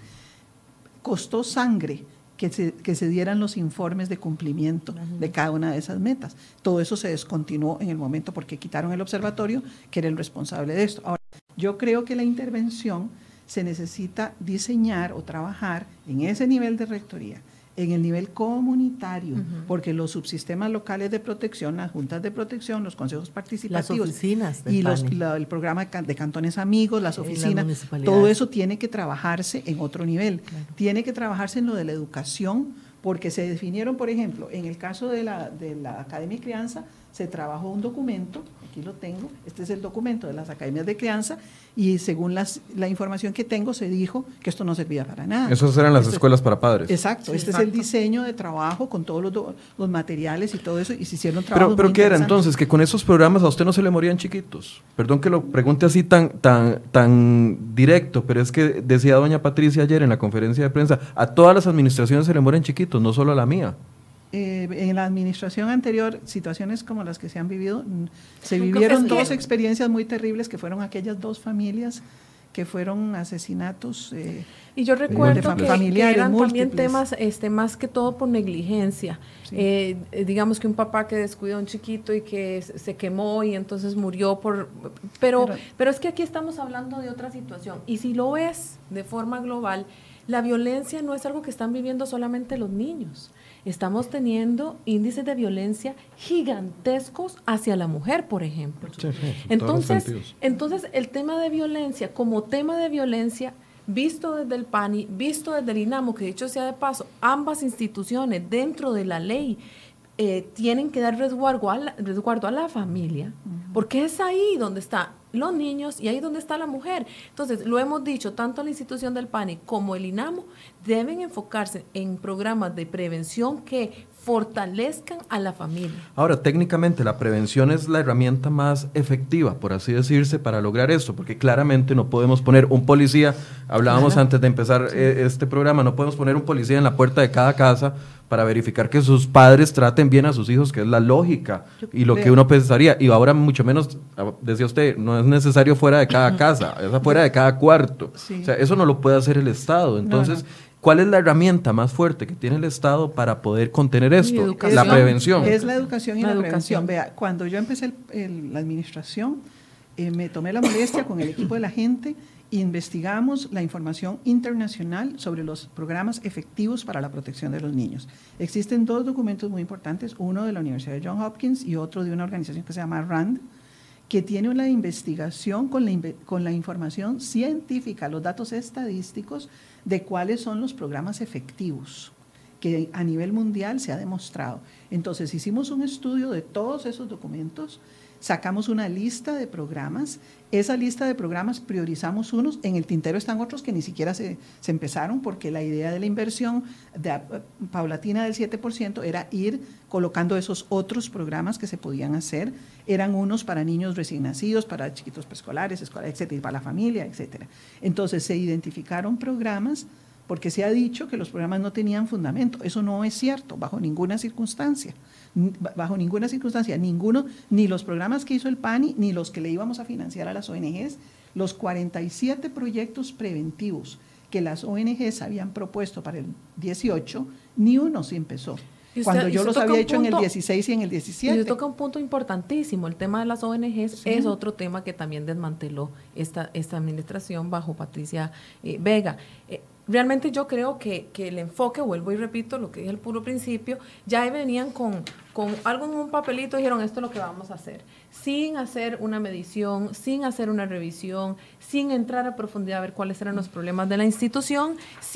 costó sangre que se, que se dieran los informes de cumplimiento uh-huh. de cada una de esas metas. Todo eso se descontinuó en el momento porque quitaron el observatorio, que era el responsable de esto. Ahora, yo creo que la intervención se necesita diseñar o trabajar en ese nivel de rectoría, en el nivel comunitario, uh-huh. porque los subsistemas locales de protección, las juntas de protección, los consejos participativos, las oficinas y los, la, el programa de cantones amigos, las oficinas, las todo eso tiene que trabajarse en otro nivel. Claro. Tiene que trabajarse en lo de la educación, porque se definieron, por ejemplo, en el caso de la, de la Academia de Crianza, se trabajó un documento, aquí lo tengo, este es el documento de las academias de crianza, y según las, la información que tengo, se dijo que esto no servía para nada. Esas eran las esto, escuelas para padres. Exacto, sí, este exacto. es el diseño de trabajo con todos los, do, los materiales y todo eso, y se hicieron trabajos Pero, pero muy ¿qué era entonces? Que con esos programas a usted no se le morían chiquitos. Perdón que lo pregunte así tan, tan, tan directo, pero es que decía doña Patricia ayer en la conferencia de prensa, a todas las administraciones se le mueren chiquitos, no solo a la mía. Eh, en la administración anterior, situaciones como las que se han vivido, se vivieron dos experiencias muy terribles que fueron aquellas dos familias que fueron asesinatos eh, y yo recuerdo fam que, que eran múltiples. También temas este, más que todo por negligencia, sí. eh, digamos que un papá que descuidó a un chiquito y que se quemó y entonces murió por, pero, pero, pero es que aquí estamos hablando de otra situación, y si lo ves de forma global, la violencia no es algo que están viviendo solamente los niños. Estamos teniendo índices de violencia gigantescos hacia la mujer, por ejemplo. Sí, sí, entonces, entonces, el tema de violencia, como tema de violencia, visto desde el PANI, visto desde el INAMO, que dicho sea de paso, ambas instituciones dentro de la ley eh, tienen que dar resguardo a la, resguardo a la familia, uh-huh. porque es ahí donde están los niños y ahí donde está la mujer. Entonces, lo hemos dicho, tanto la institución del PANI como el INAMO deben enfocarse en programas de prevención que fortalezcan a la familia. Ahora, técnicamente la prevención es la herramienta más efectiva, por así decirse, para lograr esto, porque claramente no podemos poner un policía, hablábamos claro. antes de empezar sí. eh, este programa, no podemos poner un policía en la puerta de cada casa para verificar que sus padres traten bien a sus hijos, que es la lógica y lo que uno pensaría, y ahora mucho menos, decía usted, no es necesario fuera de cada casa, es afuera de cada cuarto, sí. o sea, eso no lo puede hacer el Estado, entonces... No, no. ¿Cuál es la herramienta más fuerte que tiene el Estado para poder contener esto? La prevención. Es la educación y la, la prevención. Vea, cuando yo empecé el, el, la administración, eh, me tomé la molestia con el equipo de la gente, investigamos la información internacional sobre los programas efectivos para la protección de los niños. Existen dos documentos muy importantes, uno de la Universidad de Johns Hopkins y otro de una organización que se llama RAND, que tiene una investigación con la, con la información científica, los datos estadísticos de cuáles son los programas efectivos que a nivel mundial se ha demostrado. Entonces, hicimos un estudio de todos esos documentos, sacamos una lista de programas, esa lista de programas priorizamos unos, en el tintero están otros que ni siquiera se, se empezaron porque la idea de la inversión de, uh, paulatina del siete por ciento era ir colocando esos otros programas que se podían hacer, eran unos para niños recién nacidos, para chiquitos preescolares, escolares, etcétera, y para la familia, etcétera. Entonces se identificaron programas porque se ha dicho que los programas no tenían fundamento, eso no es cierto, bajo ninguna circunstancia. Bajo ninguna circunstancia, ninguno, ni los programas que hizo el PANI, ni los que le íbamos a financiar a las O N Ges, los cuarenta y siete proyectos preventivos que las O N Ges habían propuesto para el dieciocho, ni uno se empezó. Usted, cuando yo los había hecho punto, en el dieciséis y en el diecisiete. Y usted toca un punto importantísimo, el tema de las O N Ges sí. es otro tema que también desmanteló esta, esta administración bajo Patricia eh, Vega. Eh, Realmente yo creo que, que el enfoque, vuelvo y repito lo que dije al puro principio, ya venían con, con algo en un papelito y dijeron esto es lo que vamos a hacer, sin hacer una medición, sin hacer una revisión, sin entrar a profundidad a ver cuáles eran los problemas de la institución, sin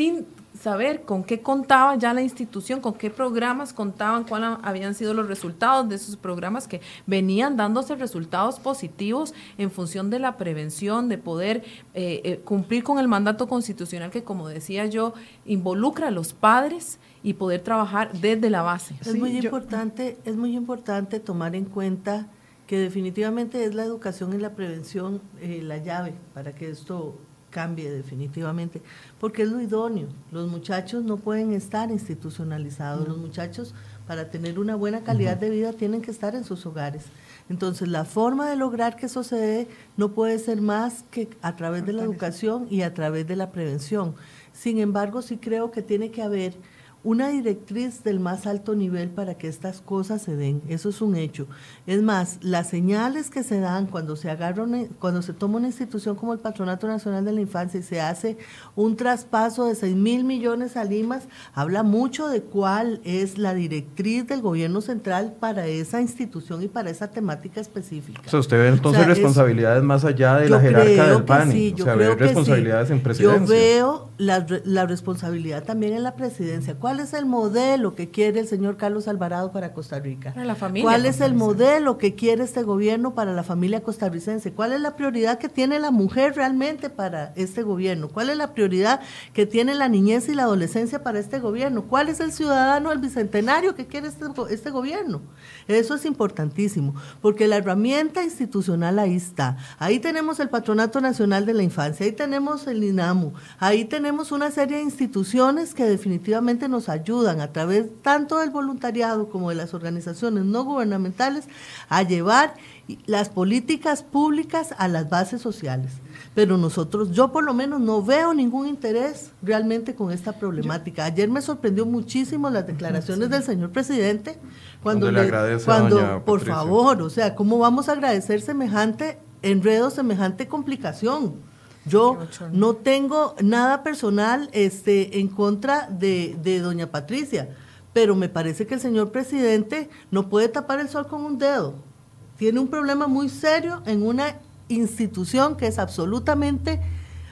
saber con qué contaba ya la institución, con qué programas contaban, cuáles habían sido los resultados de esos programas que venían dándose resultados positivos en función de la prevención, de poder eh, eh, cumplir con el mandato constitucional que, como decía yo, involucra a los padres y poder trabajar desde la base. Es muy importante, es muy importante tomar en cuenta que definitivamente es la educación y la prevención eh, la llave para que esto cambie definitivamente, porque es lo idóneo. Los muchachos no pueden estar institucionalizados, los muchachos para tener una buena calidad de vida tienen que estar en sus hogares. Entonces la forma de lograr que eso se dé no puede ser más que a través de la educación y a través de la prevención. Sin embargo, sí creo que tiene que haber una directriz del más alto nivel para que estas cosas se den, eso es un hecho. Es más, las señales que se dan cuando se agarra una, cuando se toma una institución como el Patronato Nacional de la Infancia y se hace un traspaso de seis mil millones a Limas, habla mucho de cuál es la directriz del gobierno central para esa institución y para esa temática específica. O sea, usted ve entonces, o sea, responsabilidades es, más allá de la jerarca del P A N I, sí, o sea, ve responsabilidades sí. en presidencia. Yo veo la, la responsabilidad también en la presidencia. ¿Cuál es el modelo que quiere el señor Carlos Alvarado para Costa Rica? Para la familia. ¿Cuál es el modelo que quiere este gobierno para la familia costarricense? ¿Cuál es la prioridad que tiene la mujer realmente para este gobierno? ¿Cuál es la prioridad que tiene la niñez y la adolescencia para este gobierno? ¿Cuál es el ciudadano del bicentenario que quiere este, este gobierno? Eso es importantísimo, porque la herramienta institucional ahí está. Ahí tenemos el Patronato Nacional de la Infancia, ahí tenemos el INAMU, ahí tenemos una serie de instituciones que definitivamente nos ayudan a través tanto del voluntariado como de las organizaciones no gubernamentales a llevar las políticas públicas a las bases sociales. Pero nosotros, yo por lo menos no veo ningún interés realmente con esta problemática. Ayer me sorprendió muchísimo las declaraciones sí. del señor presidente cuando le, le cuando, por Patricia. favor, o sea, ¿cómo vamos a agradecer semejante enredo, semejante complicación? Yo no tengo nada personal este, en contra de, de doña Patricia, pero me parece que el señor presidente no puede tapar el sol con un dedo. Tiene un problema muy serio en una institución que es absolutamente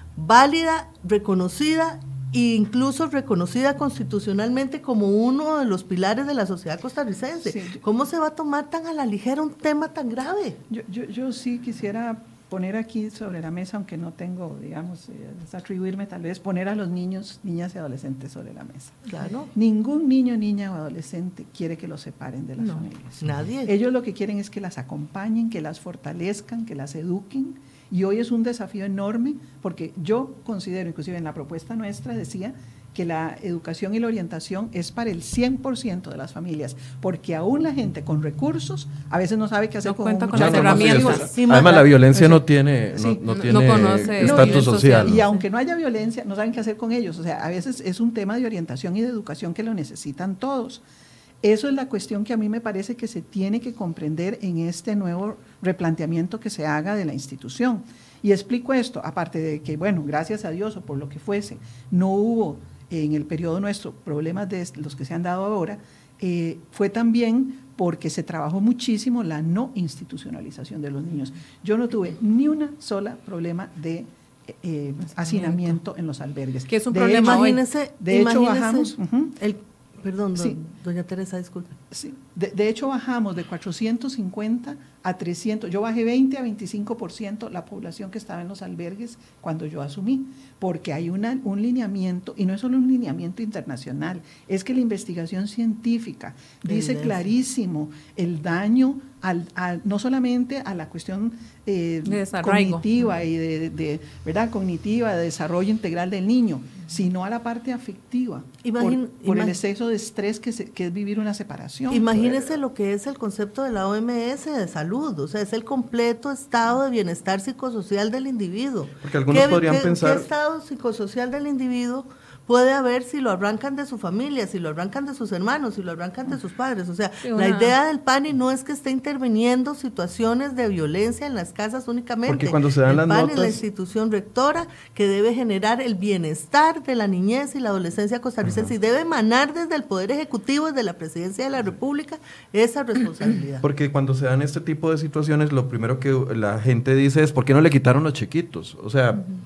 válida, reconocida e incluso reconocida constitucionalmente como uno de los pilares de la sociedad costarricense. Sí. ¿Cómo se va a tomar tan a la ligera un tema tan grave? Yo, yo, yo sí quisiera poner aquí sobre la mesa, aunque no tengo, digamos, eh, atribuirme tal vez, poner a los niños, niñas y adolescentes sobre la mesa. Claro. Ningún niño, niña o adolescente quiere que los separen de las no, familias. Nadie. Ellos lo que quieren es que las acompañen, que las fortalezcan, que las eduquen, y hoy es un desafío enorme, porque yo considero, inclusive en la propuesta nuestra decía que la educación y la orientación es para el cien por ciento de las familias, porque aún la gente con recursos a veces no sabe qué hacer no con cuenta un con las no, herramientas. No, sí, Además, la violencia sí. no tiene, no, sí. no no, tiene no conoce estatus social. social. Y aunque no haya violencia, no saben qué hacer con ellos. O sea, a veces es un tema de orientación y de educación que lo necesitan todos. Eso es la cuestión que a mí me parece que se tiene que comprender en este nuevo replanteamiento que se haga de la institución. Y explico esto, aparte de que, bueno, gracias a Dios o por lo que fuese, no hubo en el periodo nuestro problemas de los que se han dado ahora, eh, fue también porque se trabajó muchísimo la no institucionalización de los niños. Yo no tuve ni una sola problema de eh, hacinamiento en los albergues. Que es un de problema hecho, hoy. De hecho, bajamos... Uh-huh. el, perdón, do, sí. doña Teresa, disculpe. Sí. De, de hecho, bajamos de cuatrocientos cincuenta a trescientos, yo bajé veinte a veinticinco por ciento la población que estaba en los albergues cuando yo asumí, porque hay una, un lineamiento, y no es solo un lineamiento internacional, es que la investigación científica dice Evidencia. clarísimo el daño al, al, no solamente a la cuestión eh, de cognitiva y de, de, de verdad cognitiva, de desarrollo integral del niño, sino a la parte afectiva, Imagin, por, por el exceso de estrés que, se, que es vivir una separación. Imagínese lo que es el concepto de la O M S de salud, o sea, es el completo estado de bienestar psicosocial del individuo. Porque algunos ¿Qué, podrían qué, pensar... ¿Qué estado psicosocial del individuo puede haber si lo arrancan de su familia, si lo arrancan de sus hermanos, si lo arrancan de sus padres? O sea, sí, una... la idea del P A N I no es que esté interviniendo situaciones de violencia en las casas únicamente. Porque cuando se dan el las P A N I notas... es la institución rectora que debe generar el bienestar de la niñez y la adolescencia costarricense, uh-huh. y debe emanar desde el Poder Ejecutivo, desde la Presidencia de la República, esa responsabilidad. Porque cuando se dan este tipo de situaciones, lo primero que la gente dice es, ¿por qué no le quitaron los chiquitos? O sea... Uh-huh.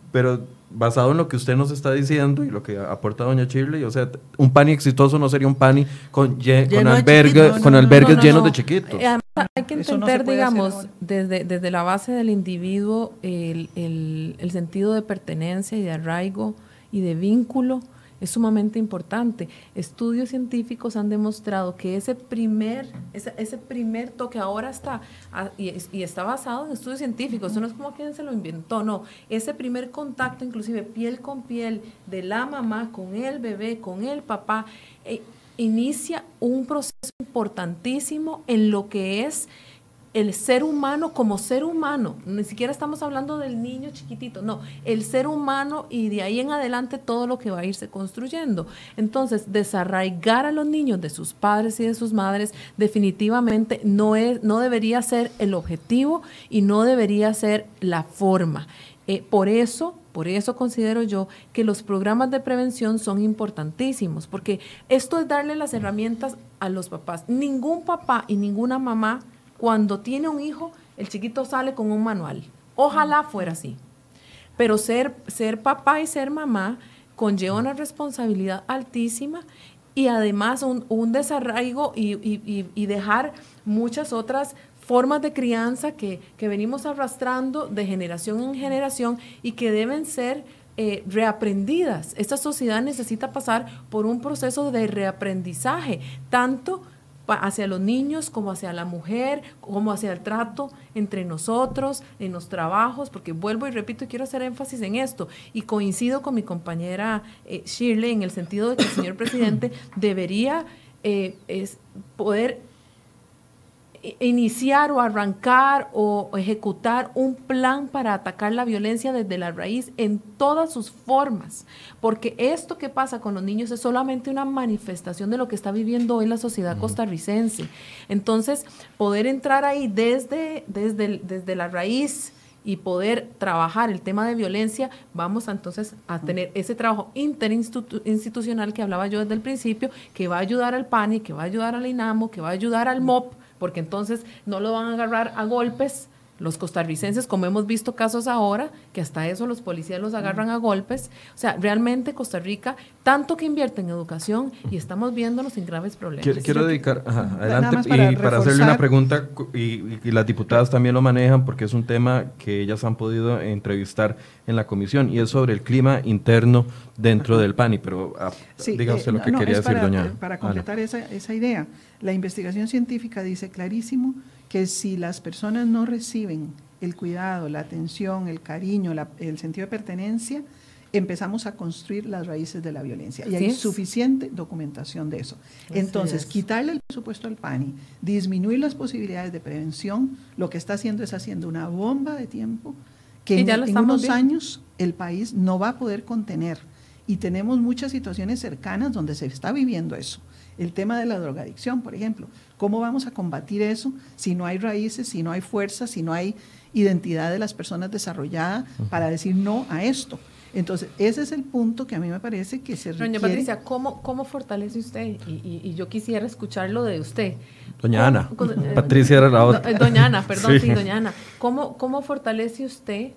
pero basado en lo que usted nos está diciendo y lo que aporta doña Shirley, o sea, un PANI exitoso no sería un PANI con, ye, con, albergue, no, no, con albergues no, no, llenos no. de chiquitos. Eh, además, hay que entender, no digamos, desde, desde la base del individuo, el, el, el sentido de pertenencia y de arraigo y de vínculo es sumamente importante. Estudios científicos han demostrado que ese primer, ese, ese primer toque ahora está, y, y está basado en estudios científicos, eso no es como quien se lo inventó, no, ese primer contacto, inclusive piel con piel, de la mamá con el bebé, con el papá, eh, inicia un proceso importantísimo en lo que es el ser humano como ser humano, ni siquiera estamos hablando del niño chiquitito, no, el ser humano y de ahí en adelante todo lo que va a irse construyendo. Entonces, desarraigar a los niños de sus padres y de sus madres definitivamente no es, no debería ser el objetivo y no debería ser la forma. Eh, por eso, por eso considero yo que los programas de prevención son importantísimos, porque esto es darle las herramientas a los papás. Ningún papá y ninguna mamá cuando tiene un hijo, el chiquito sale con un manual. Ojalá fuera así. Pero ser, ser papá y ser mamá conlleva una responsabilidad altísima y además un, un desarraigo y, y, y dejar muchas otras formas de crianza que, que venimos arrastrando de generación en generación y que deben ser eh, reaprendidas. Esta sociedad necesita pasar por un proceso de reaprendizaje, tanto hacia los niños, como hacia la mujer, como hacia el trato entre nosotros, en los trabajos, porque vuelvo y repito y quiero hacer énfasis en esto, y coincido con mi compañera eh, Shirley en el sentido de que el señor presidente debería eh, es poder iniciar o arrancar o ejecutar un plan para atacar la violencia desde la raíz en todas sus formas, porque esto que pasa con los niños es solamente una manifestación de lo que está viviendo hoy la sociedad costarricense. Entonces, poder entrar ahí desde, desde, desde la raíz y poder trabajar el tema de violencia, vamos a, entonces a tener ese trabajo interinstitucional que hablaba yo desde el principio, que va a ayudar al PANI, que va a ayudar al INAMO, que va a ayudar al M O P, porque entonces no lo van a agarrar a golpes los costarricenses, como hemos visto casos ahora, que hasta eso los policías los agarran a golpes. O sea, realmente Costa Rica, tanto que invierte en educación y estamos viéndonos en graves problemas. Quiero, quiero dedicar, ajá, adelante, para y para hacerle una pregunta, y, y las diputadas también lo manejan, porque es un tema que ellas han podido entrevistar en la comisión, y es sobre el clima interno dentro del PANI, pero ah, sí, diga usted eh, lo que no, quería decir, decir, doña. Para completar esa, esa idea, la investigación científica dice clarísimo que si las personas no reciben el cuidado, la atención, el cariño, la, el sentido de pertenencia, empezamos a construir las raíces de la violencia. Y hay es. suficiente documentación de eso. Así Entonces, es. quitarle el presupuesto al PANI, disminuir las posibilidades de prevención, lo que está haciendo es haciendo una bomba de tiempo que en, en unos viendo. años el país no va a poder contener. Y tenemos muchas situaciones cercanas donde se está viviendo eso. El tema de la drogadicción, por ejemplo. ¿Cómo vamos a combatir eso si no hay raíces, si no hay fuerza, si no hay identidad de las personas desarrollada uh-huh. para decir no a esto? Entonces, ese es el punto que a mí me parece que se requiere. Doña Patricia, ¿cómo, cómo fortalece usted? Y, y, y yo quisiera escucharlo de usted. Doña Ana. ¿Cómo, eh, Patricia era la otra. Doña Ana, perdón, sí, sí doña Ana. ¿Cómo, cómo fortalece usted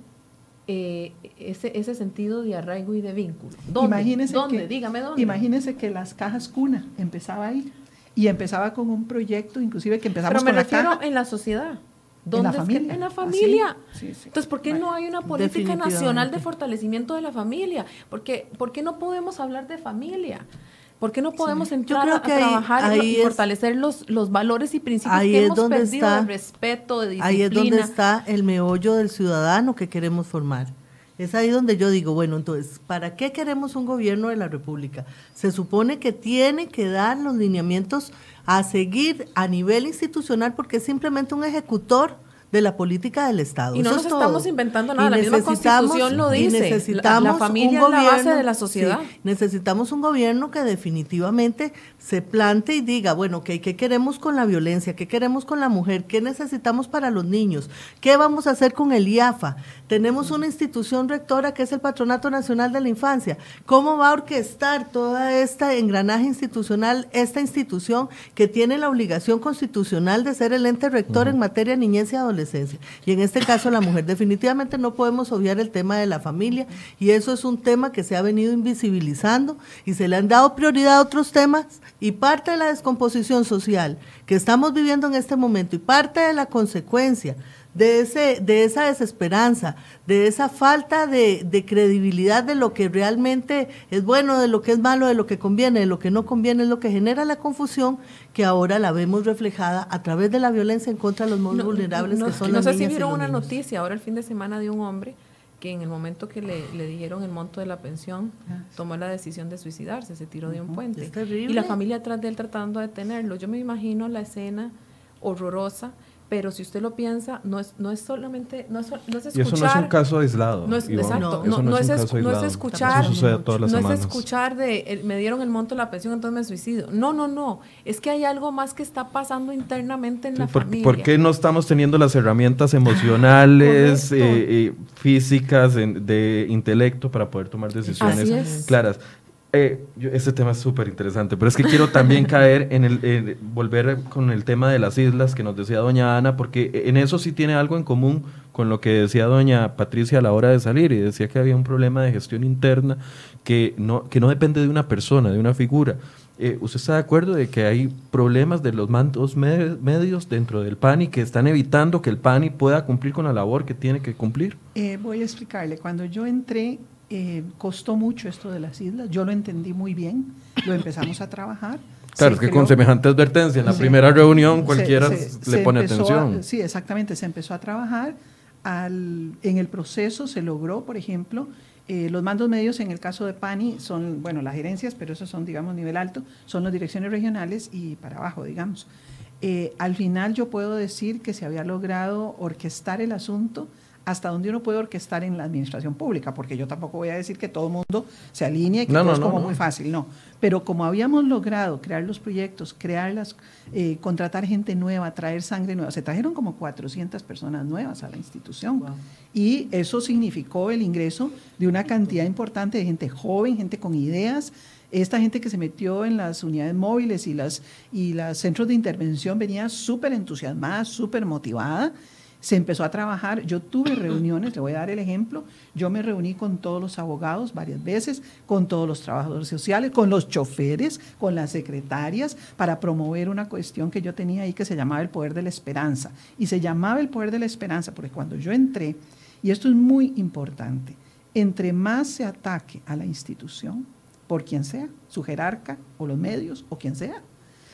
eh, ese, ese sentido de arraigo y de vínculo? ¿Dónde? Imagínese ¿Dónde? Que, Dígame dónde. Imagínese que las cajas cuna empezaba ahí. Y empezaba con un proyecto, inclusive que empezamos con la caja. Pero me refiero en la sociedad. ¿Dónde en la familia. Es que en la familia. Sí, sí, sí. Entonces, ¿por qué no hay una política nacional de fortalecimiento de la familia? Porque, ¿por qué no podemos hablar de familia? ¿Por qué no podemos sí. entrar a trabajar ahí, ahí y fortalecer es, los, los valores y principios que hemos perdido está, de respeto, de disciplina? Ahí es donde está el meollo del ciudadano que queremos formar. Es ahí donde yo digo, bueno, entonces, ¿para qué queremos un gobierno de la República? Se supone que tiene que dar los lineamientos a seguir a nivel institucional porque es simplemente un ejecutor de la política del Estado. Y no Eso nos es estamos todo. inventando nada, la misma Constitución lo dice. Necesitamos la, la familia un gobierno, es la base de la sociedad. Sí, necesitamos un gobierno que definitivamente se plante y diga, bueno, okay, ¿qué queremos con la violencia? ¿Qué queremos con la mujer? ¿Qué necesitamos para los niños? ¿Qué vamos a hacer con el I A F A? Tenemos una institución rectora que es el Patronato Nacional de la Infancia. ¿Cómo va a orquestar toda esta engranaje institucional, esta institución que tiene la obligación constitucional de ser el ente rector uh-huh. en materia de niñez y adolescencia? adolescencia. Y en este caso la mujer, definitivamente no podemos obviar el tema de la familia, y eso es un tema que se ha venido invisibilizando y se le han dado prioridad a otros temas, y parte de la descomposición social que estamos viviendo en este momento y parte de la consecuencia de ese de esa desesperanza, de esa falta de, de credibilidad de lo que realmente es bueno, de lo que es malo, de lo que conviene, de lo que no conviene, es lo que genera la confusión que ahora la vemos reflejada a través de la violencia en contra de los más no, vulnerables no, que son no las sé niñas si y vieron los una niños. noticia ahora el fin de semana de un hombre que en el momento que le, le dijeron el monto de la pensión, Ah, tomó la decisión de suicidarse, se tiró de un puente. Es terrible. Y la familia atrás de él tratando de detenerlo. Yo me imagino la escena horrorosa, pero si usted lo piensa, no es no es solamente, no es, no es escuchar... Y eso no es un caso aislado. No es, Ivonne. exacto, Eso no, no es es, un escu- caso no es aislado. escuchar, Eso sucede todas las no semanas. es escuchar de eh, me dieron el monto de la pensión, entonces me suicido. No, no, no, es que hay algo más que está pasando internamente en Sí, la por, familia. ¿Por qué no estamos teniendo las herramientas emocionales, Correcto. eh, eh, físicas, en- de intelecto para poder tomar decisiones Así es. claras? Eh, yo- este tema es súper interesante, pero es que quiero también caer en el, en volver con el tema de las islas que nos decía doña Ana, porque en eso sí tiene algo en común con lo que decía doña Patricia a la hora de salir, y decía que había un problema de gestión interna que no, que no depende de una persona, de una figura. Eh, ¿Usted está de acuerdo de que hay problemas de los mandos me- medios dentro del PANI que están evitando que el PANI pueda cumplir con la labor que tiene que cumplir? Eh, voy a explicarle. Cuando yo entré, eh, costó mucho esto de las islas. Yo lo entendí muy bien. Lo empezamos a trabajar. Claro, Se es que creó- con semejante advertencia en la Sí. primera reunión Se- cualquiera se- le se pone empezó atención. a- sí, exactamente. Se empezó a trabajar. Al, en el proceso se logró, por ejemplo, eh, los mandos medios en el caso de PANI son, bueno, las gerencias, pero esos son, digamos, nivel alto, son las direcciones regionales y para abajo, digamos. Eh, al final yo puedo decir que se había logrado orquestar el asunto hasta donde uno puede orquestar en la administración pública, porque yo tampoco voy a decir que todo el mundo se alinee, que No, todo no, es no, como no. muy fácil, no. Pero como habíamos logrado crear los proyectos, crearlas, eh, contratar gente nueva, traer sangre nueva, se trajeron como cuatrocientas personas nuevas a la institución. Wow. Y eso significó el ingreso de una cantidad importante de gente joven, gente con ideas. Esta gente que se metió en las unidades móviles y las y los centros de intervención venía súper entusiasmada, súper motivada. Se empezó a trabajar, yo tuve reuniones, le voy a dar el ejemplo, yo me reuní con todos los abogados varias veces, con todos los trabajadores sociales, con los choferes, con las secretarias, para promover una cuestión que yo tenía ahí que se llamaba el poder de la esperanza. Y se llamaba el poder de la esperanza porque cuando yo entré, y esto es muy importante, entre más se ataque a la institución, por quien sea, su jerarca o los medios o quien sea,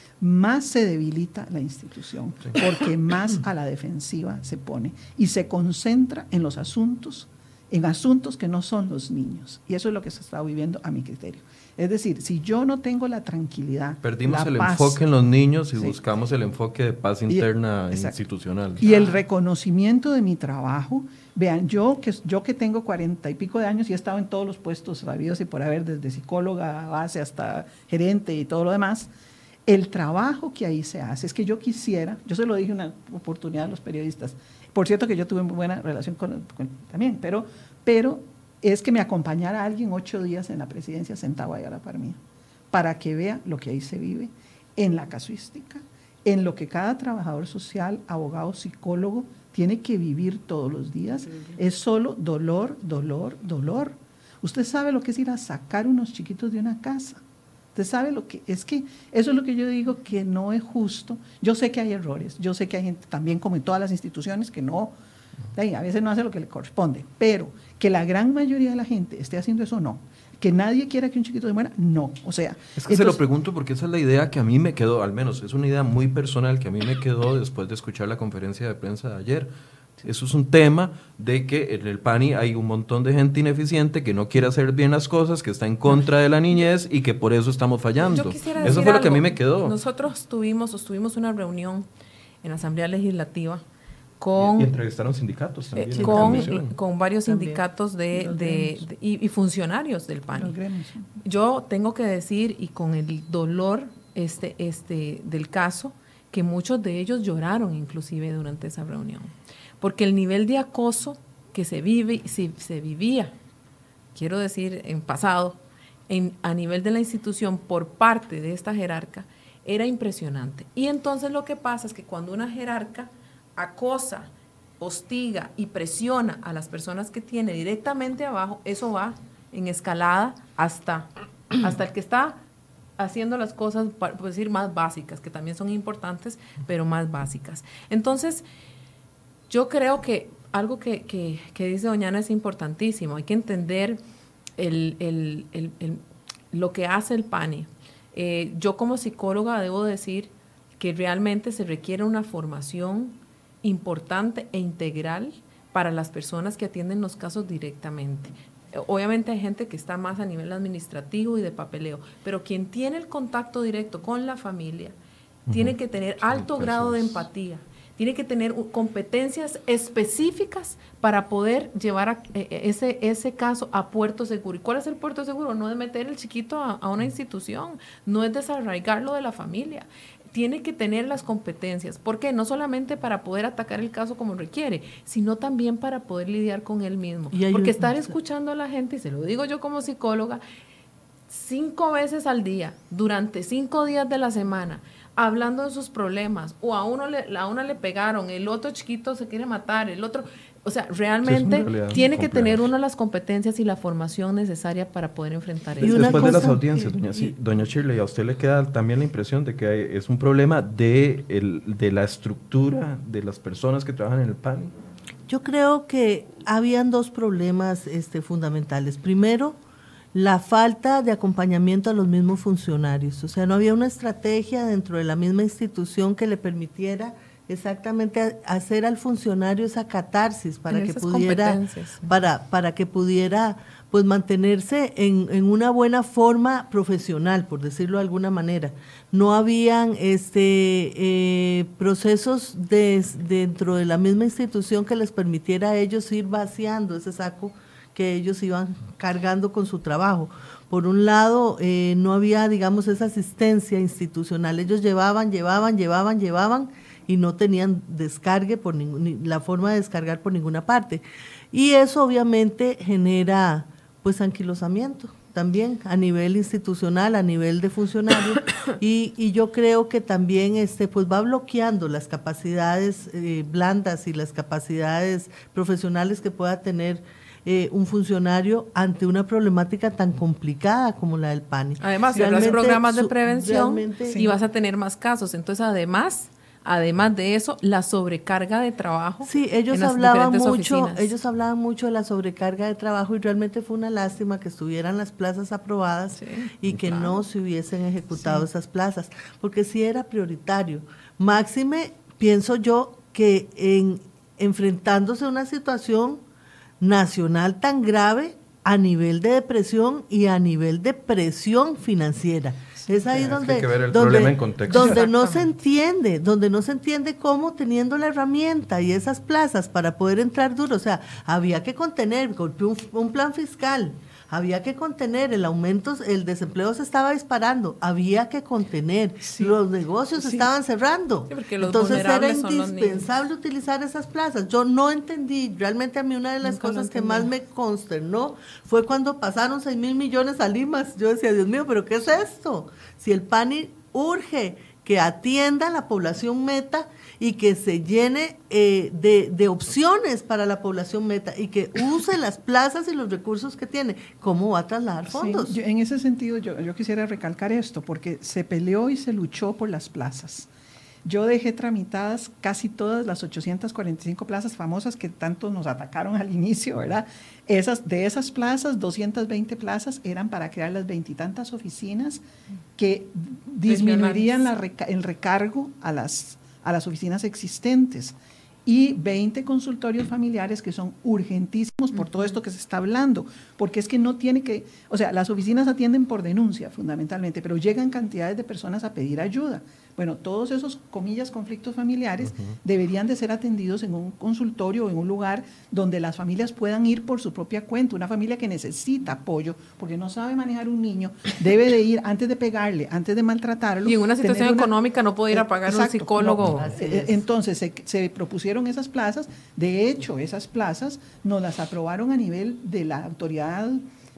más se debilita la institución, porque más a la defensiva se pone y se concentra en los asuntos, en asuntos que no son los niños. Y eso es lo que se está viviendo a mi criterio. Es decir, si yo no tengo la tranquilidad, Perdimos la el paz, enfoque en los niños y Sí. buscamos el enfoque de paz Y- interna exacto. institucional. y el reconocimiento de mi trabajo. Vean, yo que, yo que tengo cuarenta y pico de años y he estado en todos los puestos habidos y por haber, desde psicóloga a base hasta gerente y todo lo demás, el trabajo que ahí se hace, es que yo quisiera, yo se lo dije una oportunidad a los periodistas, por cierto que yo tuve muy buena relación con, con también, pero, pero es que me acompañara alguien ocho días en la presidencia sentado ahí a la par mía, para que vea lo que ahí se vive en la casuística, en lo que cada trabajador social, abogado, psicólogo tiene que vivir todos los días. Es solo dolor, dolor, dolor. Usted sabe lo que es ir a sacar unos chiquitos de una casa. Usted sabe lo que es que eso es lo que yo digo que no es justo. Yo sé que hay errores, yo sé que hay gente también como en todas las instituciones que no, a veces no hace lo que le corresponde, pero que la gran mayoría de la gente esté haciendo eso, no. Que nadie quiera que un chiquito se muera, no. O sea, Es que se lo pregunto porque esa es la idea que a mí me quedó, al menos es una idea muy personal que a mí me quedó después de escuchar la conferencia de prensa de ayer. Eso es un tema de que en el PANI hay un montón de gente ineficiente que no quiere hacer bien las cosas, que está en contra de la niñez y que por eso estamos fallando. Yo quisiera Eso decir fue lo que a mí algo. me quedó. Nosotros tuvimos, tuvimos una reunión en la Asamblea Legislativa con, y, y entrevistaron sindicatos también. eh, en con, comisión. con varios También. sindicatos de, Los de- gremios. de- y, y funcionarios del PANI. los gremios, sí. Yo tengo que decir, y con el dolor este, este, del caso, que muchos de ellos lloraron inclusive durante esa reunión. Porque el nivel de acoso que se vive, se, se vivía, quiero decir en pasado, en, a nivel de la institución por parte de esta jerarca, era impresionante. Y entonces lo que pasa es que cuando una jerarca acosa hostiga y presiona a las personas que tiene directamente abajo, eso va en escalada hasta, hasta el que está haciendo las cosas, por decir, más básicas, que también son importantes, pero más básicas. Entonces, yo creo que algo que, que, que dice doña Ana es importantísimo. Hay que entender el, el, el, el, lo que hace el PANI. Eh, yo como psicóloga debo decir que realmente se requiere una formación importante e integral para las personas que atienden los casos directamente. Obviamente hay gente que está más a nivel administrativo y de papeleo, pero quien tiene el contacto directo con la familia uh-huh. tiene que tener alto sí, grado de empatía, tiene que tener competencias específicas para poder llevar a, eh, ese, ese caso a puerto seguro. ¿Y cuál es el puerto seguro? No es meter el chiquito a, a una institución, no es desarraigarlo de la familia. Tiene que tener las competencias. ¿Por qué? No solamente para poder atacar el caso como requiere, sino también para poder lidiar con él mismo. Porque estar escuchando a la gente, y se lo digo yo como psicóloga, cinco veces al día, durante cinco días de la semana, hablando de sus problemas, o a uno le, a una le pegaron, el otro chiquito se quiere matar, el otro... O sea, realmente sí, tiene que tener uno las competencias y la formación necesaria para poder enfrentar eso. Después cosa, de las audiencias, doña, sí, doña Shirley, ¿a usted le queda también la impresión de que hay, es un problema de, el, de la estructura de las personas que trabajan en el PANI? Yo creo que habían dos problemas este, fundamentales. Primero, la falta de acompañamiento a los mismos funcionarios. O sea, no había una estrategia dentro de la misma institución que le permitiera exactamente hacer al funcionario esa catarsis para que pudiera para para que pudiera pues mantenerse en, en una buena forma profesional, por decirlo de alguna manera. No habían este eh, procesos de, dentro de la misma institución que les permitiera a ellos ir vaciando ese saco que ellos iban cargando con su trabajo. Por un lado, eh, no había, digamos, esa asistencia institucional. Ellos llevaban, llevaban, llevaban, llevaban, y no tenían descargue por ningún, ni la forma de descargar por ninguna parte. Y eso obviamente genera pues anquilosamiento también a nivel institucional, a nivel de funcionarios, y, y yo creo que también este pues va bloqueando las capacidades eh, blandas y las capacidades profesionales que pueda tener eh, un funcionario ante una problemática tan complicada como la del PANI. Además, si hablas de programas de prevención y sí. vas a tener más casos, entonces además... Además de eso, la sobrecarga de trabajo. Sí, ellos hablaban mucho, oficinas. ellos hablaban mucho de la sobrecarga de trabajo y realmente fue una lástima que estuvieran las plazas aprobadas sí, y que claro. no se hubiesen ejecutado sí. esas plazas, porque sí era prioritario. Máxime, pienso yo que en enfrentándose a una situación nacional tan grave a nivel de depresión y a nivel de presión financiera. Es ahí es donde, que hay que ver el donde, problema en contexto. donde no se entiende, donde no se entiende cómo teniendo la herramienta y esas plazas para poder entrar duro, o sea, había que contener un, un plan fiscal, había que contener el aumento, el desempleo se estaba disparando, había que contener, sí. los negocios sí. estaban cerrando, sí, los entonces era indispensable utilizar esas plazas. Yo no entendí, realmente a mí una de las Nunca cosas que más me consternó fue cuando pasaron seis mil millones a Limas. Yo decía, Dios mío, ¿pero qué es esto? Si el PANI urge que atienda a la población meta y que se llene eh, de, de opciones para la población meta y que use las plazas y los recursos que tiene, ¿cómo va a trasladar fondos? Sí, yo, en ese sentido yo, yo quisiera recalcar esto, porque se peleó y se luchó por las plazas. Yo dejé tramitadas casi todas las ochocientas cuarenta y cinco plazas famosas que tanto nos atacaron al inicio, ¿verdad? Esas, de esas plazas, doscientas veinte plazas eran para crear las veintitantas oficinas que disminuirían la reca- el recargo a las, a las oficinas existentes, y veinte consultorios familiares que son urgentísimos por todo esto que se está hablando, porque es que no tiene que, o sea, las oficinas atienden por denuncia fundamentalmente, pero llegan cantidades de personas a pedir ayuda. Bueno, todos esos, comillas, conflictos familiares uh-huh. deberían de ser atendidos en un consultorio o en un lugar donde las familias puedan ir por su propia cuenta. Una familia que necesita apoyo porque no sabe manejar un niño, debe de ir antes de pegarle, antes de maltratarlo. Y en una situación una, económica no puede ir a pagar exacto, un psicólogo. No, entonces se, se propusieron esas plazas. De hecho, esas plazas nos las aprobaron a nivel de la autoridad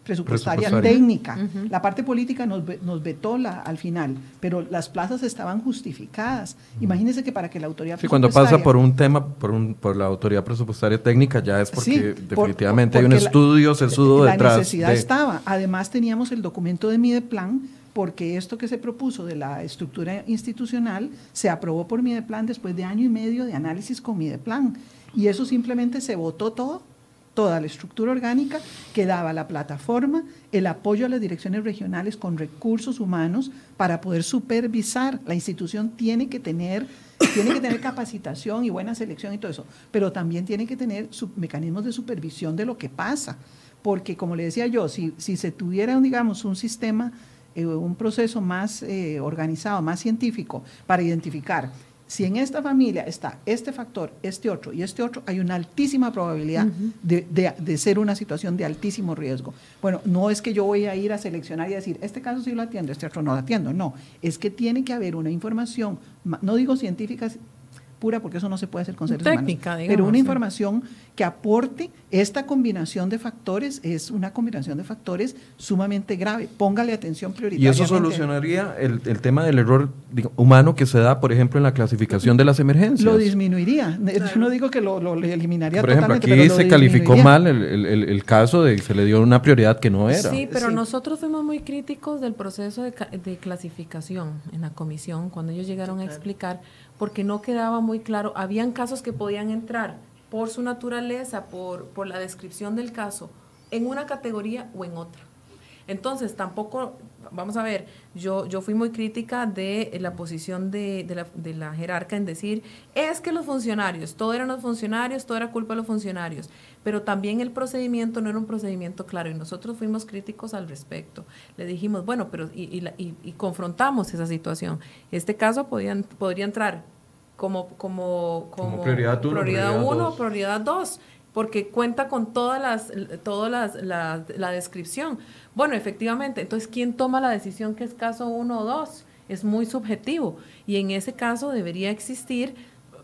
presupuestaria, presupuestaria. técnica. Uh-huh. La parte política nos, nos vetó la, al final, pero las plazas estaban justificadas. Uh-huh. Imagínense que para que la autoridad sí, cuando pasa por un tema, por, un, por la autoridad presupuestaria técnica, ya es porque sí, definitivamente por, hay un la, estudio sesudo la detrás. La necesidad de... estaba. Además teníamos el documento de Mideplan, porque esto que se propuso de la estructura institucional se aprobó por Mideplan después de año y medio de análisis con Mideplan. Y eso simplemente se votó todo, toda la estructura orgánica que daba la plataforma, el apoyo a las direcciones regionales con recursos humanos para poder supervisar. La institución tiene que tener, tiene que tener capacitación y buena selección y todo eso, pero también tiene que tener sub, mecanismos de supervisión de lo que pasa, porque como le decía yo, si, si se tuviera, digamos, un sistema, eh, un proceso más eh, organizado, más científico para identificar si en esta familia está este factor, este otro y este otro, hay una altísima probabilidad uh-huh. de, de, de ser una situación de altísimo riesgo. Bueno, no es que yo voy a ir a seleccionar y decir, este caso sí lo atiendo, este otro no lo atiendo, no, es que tiene que haber una información, no digo científica pura porque eso no se puede hacer con seres técnica, humanos, digamos, pero una sí. información que aporte esta combinación de factores, es una combinación de factores sumamente grave, póngale atención prioritaria. Y eso solucionaría el, el tema del error digo, humano que se da, por ejemplo, en la clasificación de las emergencias. Lo disminuiría, claro. Yo no digo que lo, lo eliminaría por ejemplo, totalmente, aquí pero se calificó mal el, el, el caso de que se le dio una prioridad que no era. Sí, pero sí. nosotros fuimos muy críticos del proceso de, de clasificación en la comisión, cuando ellos llegaron a explicar, porque no quedaba muy claro, habían casos que podían entrar por su naturaleza, por, por la descripción del caso, en una categoría o en otra. Entonces, tampoco, vamos a ver, yo, yo fui muy crítica de la posición de, de, la, de la jerarca en decir, es que los funcionarios, todo eran los funcionarios, todo era culpa de los funcionarios, pero también el procedimiento no era un procedimiento claro y nosotros fuimos críticos al respecto. Le dijimos, bueno, pero y, y, y, y confrontamos esa situación. Este caso podían, podría entrar como, como, como, como prioridad uno, prioridad prioridad uno, dos. prioridad dos, porque cuenta con todas las, todas las, la, la descripción. Bueno, efectivamente, entonces, ¿quién toma la decisión que es caso uno o dos? Es muy subjetivo y en ese caso debería existir,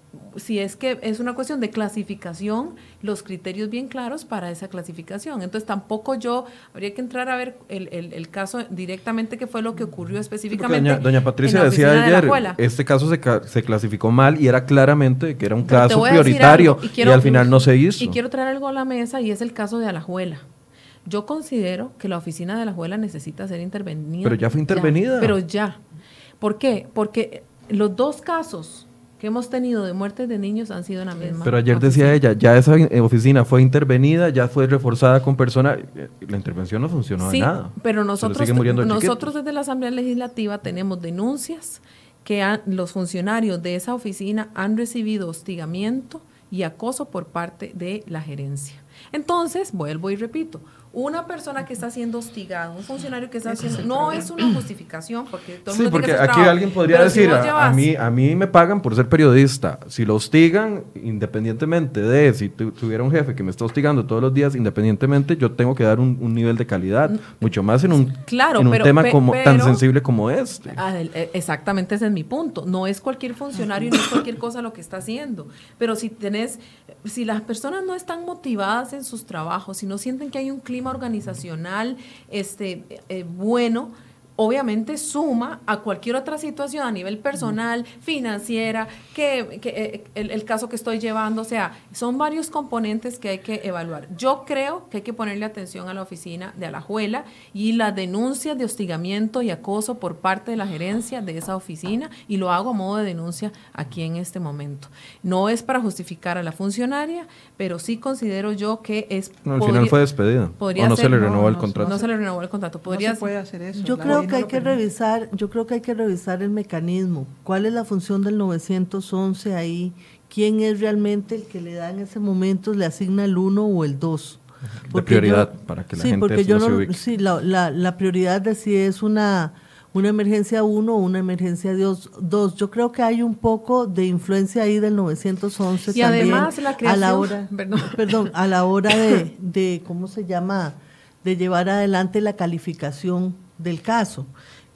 si es que es una cuestión de clasificación, los criterios bien claros para esa clasificación. Entonces tampoco yo, habría que entrar a ver el, el, el caso directamente, que fue lo que ocurrió específicamente. Sí, doña, doña Patricia decía ayer, este caso se, se clasificó mal y era claramente que era un Pero caso prioritario y, quiero, y al final no se hizo. Y quiero traer algo a la mesa y es el caso de Alajuela. Yo considero que la oficina de Alajuela necesita ser intervenida. Pero ya fue intervenida. Ya, pero ya. ¿Por qué? Porque los dos casos que hemos tenido de muertes de niños han sido en la misma Pero ayer oficina. decía ella, ya esa oficina fue intervenida, ya fue reforzada con personas, la intervención no funcionó sí, de nada. pero nosotros, nosotros desde la Asamblea Legislativa tenemos denuncias que han, los funcionarios de esa oficina han recibido hostigamiento y acoso por parte de la gerencia. Entonces, vuelvo y repito, una persona que está siendo hostigada, un funcionario que está haciendo, no es una justificación, porque todo el sí, mundo porque tiene que hacer aquí trabajo, alguien podría decir, si a, llevas, a, mí, a mí me pagan por ser periodista, si lo hostigan, independientemente de si tu, tuviera un jefe que me está hostigando todos los días, independientemente, yo tengo que dar un, un nivel de calidad, mucho más en un, claro, en un pero, tema pe, como, pero, tan sensible como este. Exactamente, ese es mi punto, no es cualquier funcionario, no es cualquier cosa lo que está haciendo, pero si tenés, si las personas no están motivadas en sus trabajos, si no sienten que hay un clima organizacional este, eh, bueno, obviamente suma a cualquier otra situación a nivel personal, financiera, que, que eh, el, el caso que estoy llevando, o sea, son varios componentes que hay que evaluar. Yo creo que hay que ponerle atención a la oficina de Alajuela y las denuncias de hostigamiento y acoso por parte de la gerencia de esa oficina, y lo hago a modo de denuncia aquí en este momento. No es para justificar a la funcionaria, pero sí considero yo que es... No, al podría, final fue despedida, o no ser, se le renovó no, el contrato. No, no se le renovó el contrato. Podría no se puede hacer eso. Yo creo que hay que revisar, yo creo que hay que revisar el mecanismo. ¿Cuál es la función del novecientos once ahí? ¿Quién es realmente el que le da en ese momento, le asigna el uno o el dos? De prioridad, yo, para que la sí, gente porque yo no no, se ubique. Sí, la, la, la prioridad de si es una, una emergencia uno o una emergencia dos. Yo creo que hay un poco de influencia ahí del novecientos once y también. Además, la creación, a la hora, perdón. perdón, a la hora de, de, ¿cómo se llama?, de llevar adelante la calificación del caso,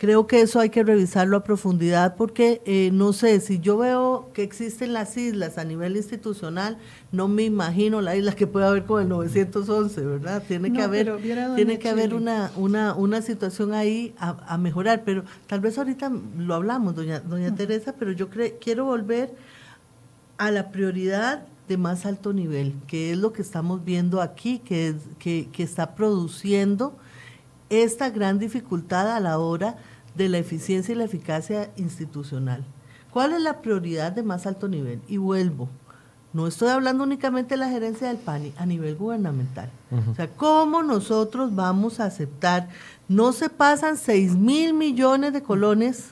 Creo que eso hay que revisarlo a profundidad porque, eh, no sé, si yo veo que existen las islas a nivel institucional, no me imagino la isla que puede haber con el novecientos once, ¿verdad? Tiene No, que haber, pero viera, tiene doña que haber Chile. una, una, una situación ahí a, a mejorar, pero tal vez ahorita lo hablamos, doña, doña Teresa, pero yo cre- quiero volver a la prioridad de más alto nivel, que es lo que estamos viendo aquí, que, es, que, que está produciendo esta gran dificultad a la hora de la eficiencia y la eficacia institucional. ¿Cuál es la prioridad de más alto nivel? Y vuelvo, no estoy hablando únicamente de la gerencia del PANI, a nivel gubernamental. Uh-huh. O sea, ¿cómo nosotros vamos a aceptar? No se pasan seis mil millones de colones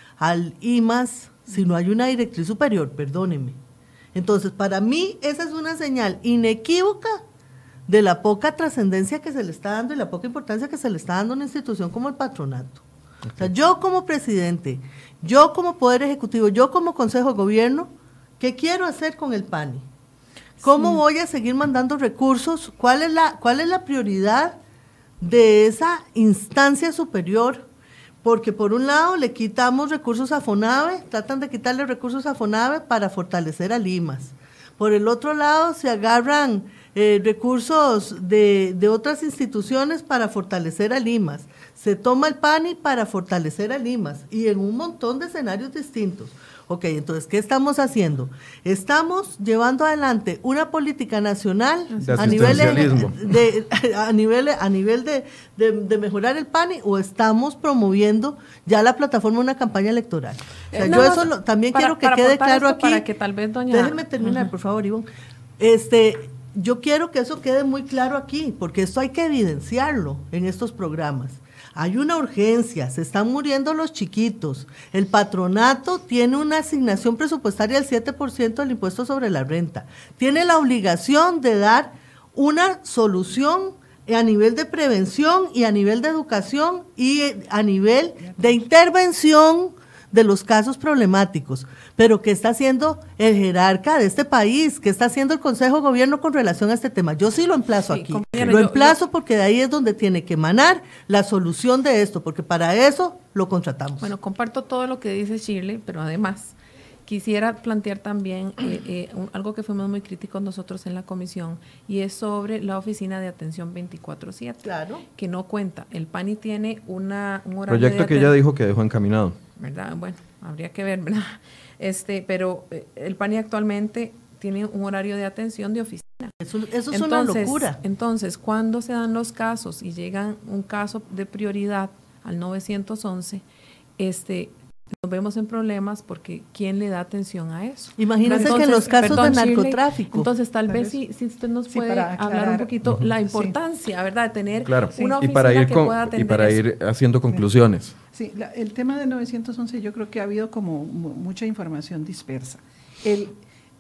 al I M A S si no hay una directriz superior, perdónenme. Entonces, para mí, esa es una señal inequívoca de la poca trascendencia que se le está dando y la poca importancia que se le está dando a una institución como el patronato. Okay. O sea, yo como presidente, yo como Poder Ejecutivo, yo como Consejo de Gobierno, ¿qué quiero hacer con el PANI? ¿Cómo sí. voy a seguir mandando recursos? ¿Cuál es la, cuál es la prioridad de esa instancia superior? Porque por un lado le quitamos recursos a FONAVE, tratan de quitarle recursos a FONAVE para fortalecer al I M A S. Por el otro lado se agarran eh, recursos de, de otras instituciones para fortalecer al I M A S. Se toma el PANI para fortalecer al I M A S y en un montón de escenarios distintos. Ok, entonces, ¿qué estamos haciendo? Estamos llevando adelante una política nacional de a nivel, de, a nivel, a nivel de, de, de mejorar el PANI o estamos promoviendo ya la plataforma de una campaña electoral. O sea, eh, yo no, eso lo, también para, quiero que para quede claro aquí. Para que tal vez doña... Déjenme terminar, uh-huh. por favor, Ivonne. Este, yo quiero que eso quede muy claro aquí, porque esto hay que evidenciarlo en estos programas. Hay una urgencia, se están muriendo los chiquitos. El patronato tiene una asignación presupuestaria del siete por ciento del impuesto sobre la renta. Tiene la obligación de dar una solución a nivel de prevención y a nivel de educación y a nivel de intervención de los casos problemáticos. Pero ¿qué está haciendo el jerarca de este país? ¿Qué está haciendo el Consejo de Gobierno con relación a este tema? Yo sí lo emplazo sí, aquí. Lo emplazo yo, yo, porque de ahí es donde tiene que emanar la solución de esto, porque para eso lo contratamos. Bueno, comparto todo lo que dice Shirley, pero además quisiera plantear también eh, eh, un, algo que fuimos muy críticos nosotros en la comisión, y es sobre la oficina de atención veinticuatro siete, claro. que no cuenta. El PANI tiene una, un horario proyecto de que ella dijo que dejó encaminado. ¿Verdad? Bueno, habría que ver, ¿verdad? Este, pero eh, el PANI actualmente tiene un horario de atención de oficina. Eso, eso es entonces, una locura. Entonces, cuando se dan los casos y llegan un caso de prioridad al novecientos once, este, nos vemos en problemas porque ¿quién le da atención a eso? Imagínense entonces, que en los casos perdón, de narcotráfico. Shirley, entonces, tal vez si, si usted nos puede sí, hablar un poquito uh-huh. la importancia, sí. ¿verdad?, de tener claro. una sí. oficina y para ir que con, pueda atender y para eso. ir haciendo conclusiones. Sí, la, el tema del novecientos once yo creo que ha habido como mucha información dispersa. El,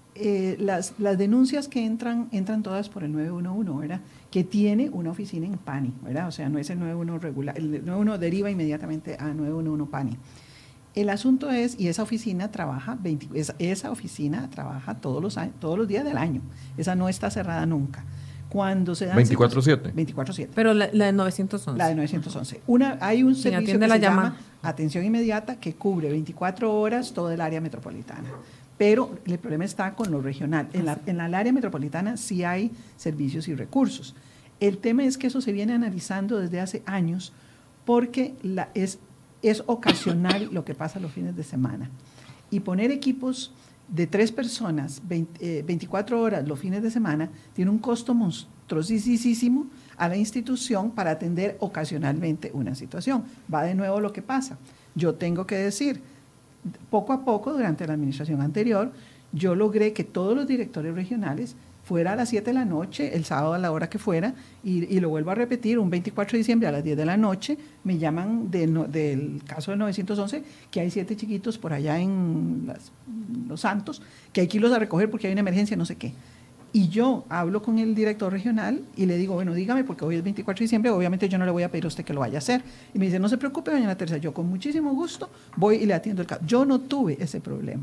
eh, las, las denuncias que entran, entran todas por el nueve uno uno, ¿verdad?, que tiene una oficina en PANI, ¿verdad? O sea, no es el nueve uno regular, el nueve uno deriva inmediatamente a nueve uno uno PANI. El asunto es, y esa oficina trabaja, veinte, esa, esa oficina trabaja todos los, todos los días del año, esa no está cerrada nunca. Cuando se dan veinticuatro siete. veinticuatro siete. Pero la, la de novecientos once. La de novecientos once. Una, hay un servicio que la se llama. llama Atención Inmediata que cubre veinticuatro horas todo el área metropolitana. Pero el problema está con lo regional. En la, en la área metropolitana sí hay servicios y recursos. El tema es que eso se viene analizando desde hace años porque la, es, es ocasional lo que pasa los fines de semana. Y poner equipos de tres personas, veinte, eh, veinticuatro horas los fines de semana, tiene un costo monstruosísimo a la institución para atender ocasionalmente una situación. Va de nuevo lo que pasa. Yo tengo que decir, poco a poco, durante la administración anterior, yo logré que todos los directores regionales fuera a las siete de la noche, el sábado a la hora que fuera, y, y lo vuelvo a repetir, un veinticuatro de diciembre a las diez de la noche, me llaman de no, del caso del novecientos once, que hay siete chiquitos por allá en las, Los Santos, que hay que irlos a recoger porque hay una emergencia, no sé qué. Y yo hablo con el director regional y le digo, bueno, dígame, porque hoy es veinticuatro de diciembre, obviamente yo no le voy a pedir a usted que lo vaya a hacer. Y me dice, no se preocupe, doña Teresa, yo con muchísimo gusto voy y le atiendo el caso. Yo no tuve ese problema.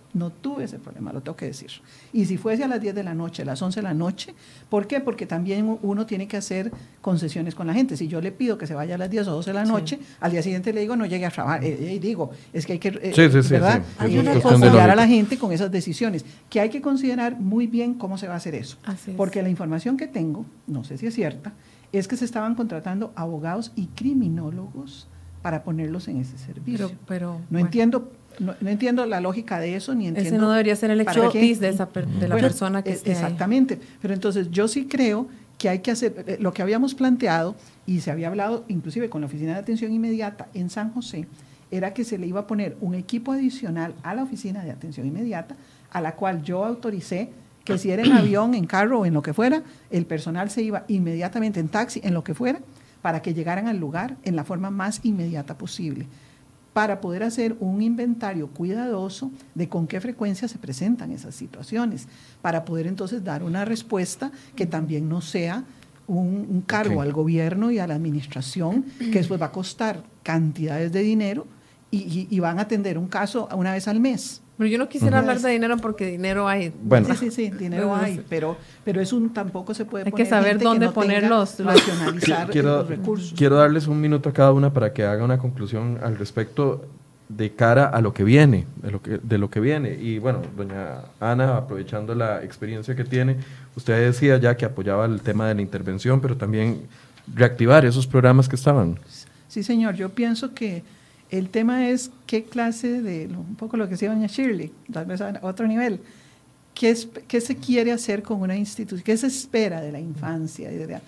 no tuve ese problema, lo tengo que decir. Y si fuese a las diez de la noche, a las once de la noche, ¿por qué? Porque también uno tiene que hacer concesiones con la gente. Si yo le pido que se vaya a las diez o doce de la noche, sí. al día siguiente le digo, no llegue a trabajar. Eh, eh, digo, es que hay que, eh, sí, sí, sí, ¿verdad? Sí, hay sí, una sí, cosa, sí, apoyar a la gente con esas decisiones, que hay que considerar muy bien cómo se va a hacer eso. Así es. Porque la información que tengo, no sé si es cierta, es que se estaban contratando abogados y criminólogos para ponerlos en ese servicio. Pero, pero, no bueno. entiendo no, no entiendo la lógica de eso, ni entiendo... Ese no debería ser el expertise de, esa per, de la bueno, persona que esté exactamente, ahí. Pero entonces yo sí creo que hay que hacer, lo que habíamos planteado, y se había hablado inclusive con la Oficina de Atención Inmediata en San José, era que se le iba a poner un equipo adicional a la Oficina de Atención Inmediata, a la cual yo autoricé que si era en avión, en carro o en lo que fuera, el personal se iba inmediatamente en taxi, en lo que fuera, para que llegaran al lugar en la forma más inmediata posible, para poder hacer un inventario cuidadoso de con qué frecuencia se presentan esas situaciones, para poder entonces dar una respuesta que también no sea un, un cargo okay. al gobierno y a la administración, que después va a costar cantidades de dinero y, y, y van a atender un caso una vez al mes. Pero yo no quisiera uh-huh. hablar de dinero porque dinero hay. Bueno. Sí, sí, sí, dinero hay, pero, pero eso tampoco se puede hay poner que saber dónde no poner los, racionalizar quiero, los recursos. Quiero darles un minuto a cada una para que haga una conclusión al respecto de cara a lo que viene, de lo que, de lo que viene. Y bueno, doña Ana, aprovechando la experiencia que tiene, usted decía ya que apoyaba el tema de la intervención, pero también reactivar esos programas que estaban. Sí, señor, yo pienso que el tema es qué clase de, un poco lo que decía doña Shirley, tal vez a otro nivel, qué, es, qué se quiere hacer con una institución, qué se espera de la infancia.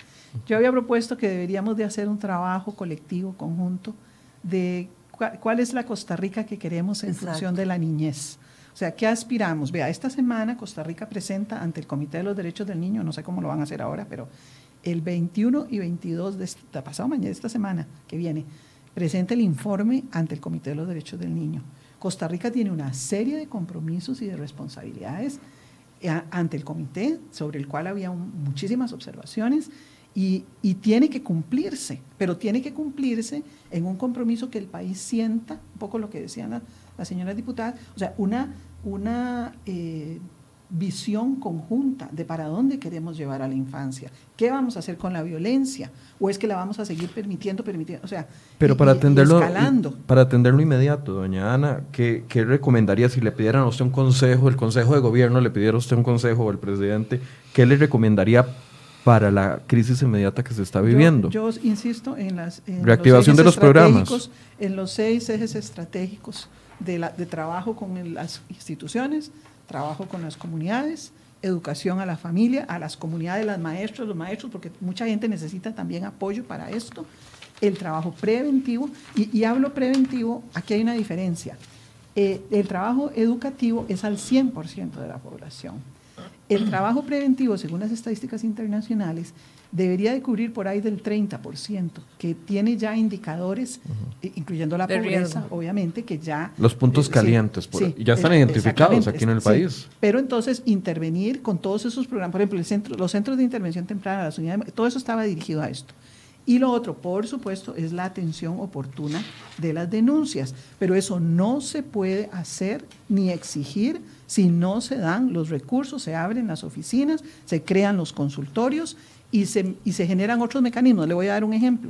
Yo había propuesto que deberíamos de hacer un trabajo colectivo, conjunto, de cuál, cuál es la Costa Rica que queremos en Exacto. función de la niñez. O sea, ¿qué aspiramos? Vea, esta semana Costa Rica presenta ante el Comité de los Derechos del Niño, no sé cómo lo van a hacer ahora, pero el veintiuno y veintidós de esta, pasado mañana, esta semana que viene, presenta el informe ante el Comité de los Derechos del Niño. Costa Rica tiene una serie de compromisos y de responsabilidades a, ante el comité, sobre el cual había un, muchísimas observaciones, y, y tiene que cumplirse, pero tiene que cumplirse en un compromiso que el país sienta, un poco lo que decían la, las señoras diputadas, o sea, una, una eh, visión conjunta de para dónde queremos llevar a la infancia, qué vamos a hacer con la violencia, o es que la vamos a seguir permitiendo, permitiendo, o sea, pero y, para atenderlo, y escalando. Para atenderlo inmediato, doña Ana, ¿qué, qué recomendaría si le pidieran a usted un consejo, el Consejo de Gobierno le pidiera a usted un consejo o el presidente, qué le recomendaría para la crisis inmediata que se está viviendo? Yo, yo insisto en las en reactivación los de los programas, en los seis ejes estratégicos de, la, de trabajo con las instituciones, trabajo con las comunidades, educación a la familia, a las comunidades, las maestras, los maestros, porque mucha gente necesita también apoyo para esto, el trabajo preventivo, y, y hablo preventivo, aquí hay una diferencia, eh, el trabajo educativo es al cien por ciento de la población, el trabajo preventivo, según las estadísticas internacionales, debería de cubrir por ahí del treinta por ciento, que tiene ya indicadores, uh-huh. incluyendo la de pobreza, riesgo. Obviamente, que ya... Los puntos eh, calientes, sí, por, sí, ya están identificados aquí en el sí, país. Pero entonces, intervenir con todos esos programas, por ejemplo, el centro, los centros de intervención temprana, las unidades, todo eso estaba dirigido a esto. Y lo otro, por supuesto, es la atención oportuna de las denuncias, pero eso no se puede hacer ni exigir si no se dan los recursos, se abren las oficinas, se crean los consultorios, Y se, y se generan otros mecanismos. Le voy a dar un ejemplo.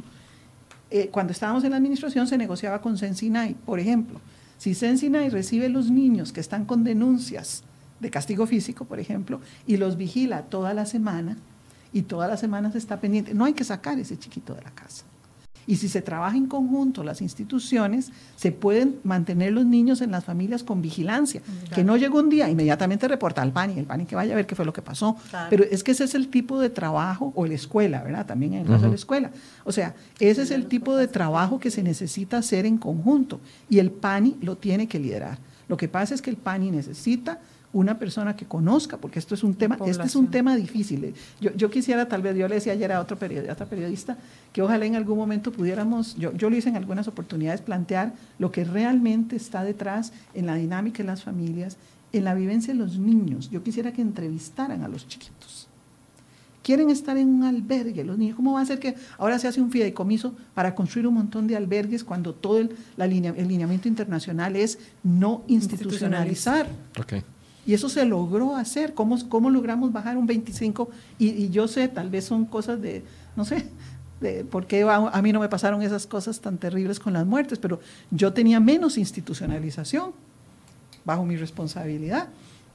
Eh, cuando estábamos en la administración se negociaba con Sensinay, por ejemplo. Si Sensinay recibe los niños que están con denuncias de castigo físico, por ejemplo, y los vigila toda la semana, y todas las semanas está pendiente, no hay que sacar ese chiquito de la casa. Y si se trabaja en conjunto las instituciones, se pueden mantener los niños en las familias con vigilancia. Claro. Que no llegó un día, inmediatamente reporta al PANI, el PANI que vaya a ver qué fue lo que pasó. Claro. Pero es que ese es el tipo de trabajo, o la escuela, ¿verdad? También en el caso uh-huh. de la escuela. O sea, ese es el tipo de trabajo que se necesita hacer en conjunto. Y el PANI lo tiene que liderar. Lo que pasa es que el PANI necesita una persona que conozca, porque esto es un tema, este es un tema difícil. Yo, yo quisiera, tal vez, yo le decía ayer a otro periodista, a otra periodista, que ojalá en algún momento pudiéramos, yo, yo lo hice en algunas oportunidades, plantear lo que realmente está detrás en la dinámica de las familias, en la vivencia de los niños. Yo quisiera que entrevistaran a los chiquitos, quieren estar en un albergue, los niños. ¿Cómo va a ser que ahora se hace un fideicomiso para construir un montón de albergues cuando todo el, la linea, el lineamiento internacional es no institucionalizar? Okay. Y eso se logró hacer. ¿Cómo, cómo logramos bajar un veinticinco? Y, y yo sé, tal vez son cosas de, no sé, de por qué a, a mí no me pasaron esas cosas tan terribles con las muertes, pero yo tenía menos institucionalización bajo mi responsabilidad.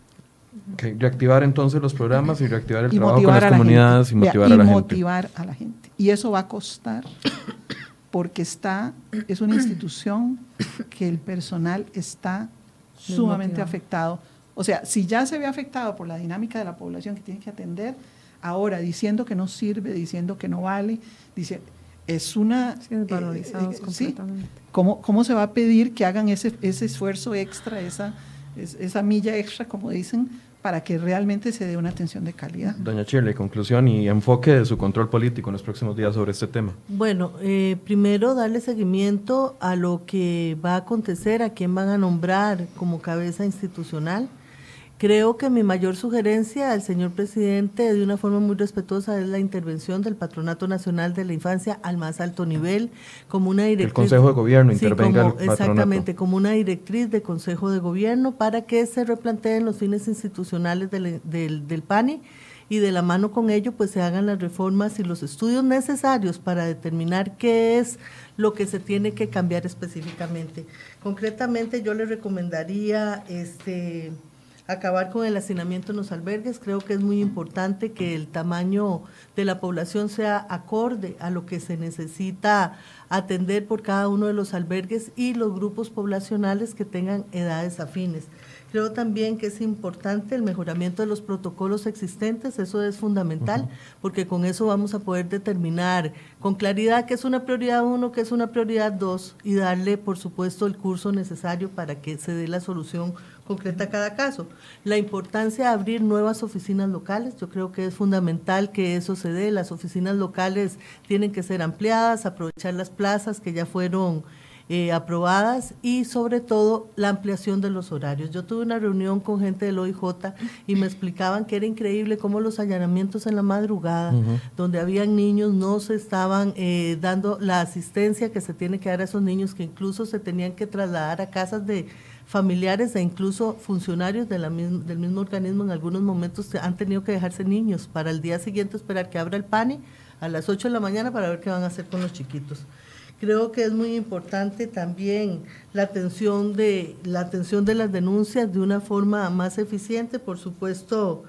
Okay. Reactivar entonces los programas y reactivar el y trabajo con las comunidades gente. y motivar Vea, a la y gente. motivar a la gente. Y eso va a costar porque está, es una institución que el personal está sumamente afectado. O sea, si ya se ve afectado por la dinámica de la población que tiene que atender, ahora diciendo que no sirve, diciendo que no vale, dice, es una... Sí, desvalorizados eh, eh, completamente. ¿sí? ¿Cómo, ¿Cómo se va a pedir que hagan ese, ese esfuerzo extra, esa, esa milla extra, como dicen, para que realmente se dé una atención de calidad? Doña Shirley, conclusión y enfoque de su control político en los próximos días sobre este tema. Bueno, eh, primero darle seguimiento a lo que va a acontecer, a quién van a nombrar como cabeza institucional. Creo que mi mayor sugerencia al señor presidente, de una forma muy respetuosa, es la intervención del Patronato Nacional de la Infancia al más alto nivel, como una directriz. El Consejo de Gobierno sí, intervenga como, el patronato. Exactamente, como una directriz de Consejo de Gobierno para que se replanteen los fines institucionales del, del, del P A N I y de la mano con ello pues se hagan las reformas y los estudios necesarios para determinar qué es lo que se tiene que cambiar específicamente. Concretamente yo le recomendaría este acabar con el hacinamiento en los albergues. Creo que es muy importante que el tamaño de la población sea acorde a lo que se necesita atender por cada uno de los albergues y los grupos poblacionales que tengan edades afines. Creo también que es importante el mejoramiento de los protocolos existentes, eso es fundamental, uh-huh. porque con eso vamos a poder determinar con claridad qué es una prioridad uno, qué es una prioridad dos y darle, por supuesto, el curso necesario para que se dé la solución concreta a cada caso. La importancia de abrir nuevas oficinas locales, yo creo que es fundamental que eso se dé. Las oficinas locales tienen que ser ampliadas, aprovechar las plazas que ya fueron eh, aprobadas y sobre todo la ampliación de los horarios. Yo tuve una reunión con gente del O I J y me explicaban que era increíble cómo los allanamientos en la madrugada, uh-huh. donde habían niños, no se estaban eh, dando la asistencia que se tiene que dar a esos niños, que incluso se tenían que trasladar a casas de familiares e incluso funcionarios de la misma, del mismo organismo. En algunos momentos han tenido que dejarse niños para el día siguiente esperar que abra el P A N I a las ocho de la mañana para ver qué van a hacer con los chiquitos. Creo que es muy importante también la atención de la atención de las denuncias de una forma más eficiente, por supuesto,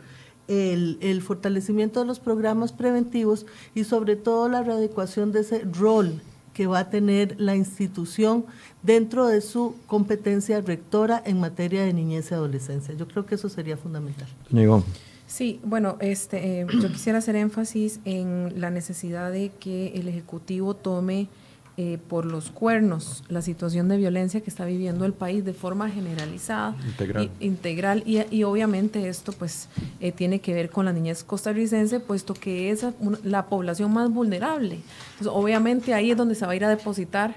el, el fortalecimiento de los programas preventivos y sobre todo la readecuación de ese rol que va a tener la institución dentro de su competencia rectora en materia de niñez y adolescencia. Yo creo que eso sería fundamental. Doña Ivonne. Sí, bueno, este, eh, yo quisiera hacer énfasis en la necesidad de que el Ejecutivo tome eh, por los cuernos la situación de violencia que está viviendo el país de forma generalizada, integral, y, integral y, y obviamente esto pues eh, tiene que ver con la niñez costarricense, puesto que es una, la población más vulnerable. Entonces, obviamente ahí es donde se va a ir a depositar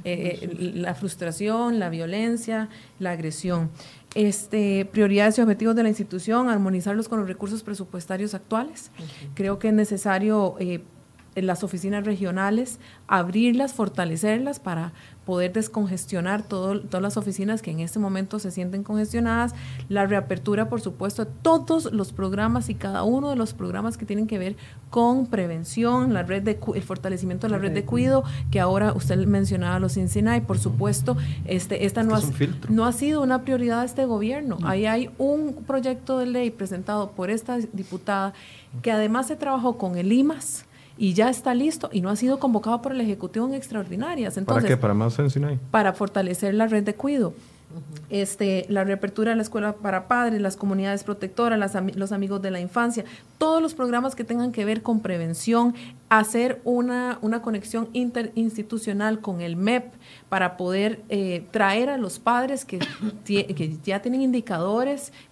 eh, la frustración, la violencia, la agresión. Este, prioridades y objetivos de la institución, armonizarlos con los recursos presupuestarios actuales. Uh-huh. Creo que es necesario eh, en las oficinas regionales abrirlas, fortalecerlas para poder descongestionar todo, todas las oficinas que en este momento se sienten congestionadas. La reapertura, por supuesto, de todos los programas y cada uno de los programas que tienen que ver con prevención, la red de el fortalecimiento de la red de cuidado, que ahora usted mencionaba los INCINAE, por supuesto, este, esta no ha, no ha sido una prioridad de este gobierno. No. Ahí hay un proyecto de ley presentado por esta diputada que además se trabajó con el I M A S, y ya está listo y no ha sido convocado por el Ejecutivo en extraordinarias. Entonces, ¿para qué? ¿Para más INCINAE? Para fortalecer la red de cuido. Uh-huh. Este, la reapertura de la escuela para padres, las comunidades protectoras, las, los amigos de la infancia, todos los programas que tengan que ver con prevención, hacer una, una conexión interinstitucional con el M E P para poder eh, traer a los padres que, que ya tienen indicadores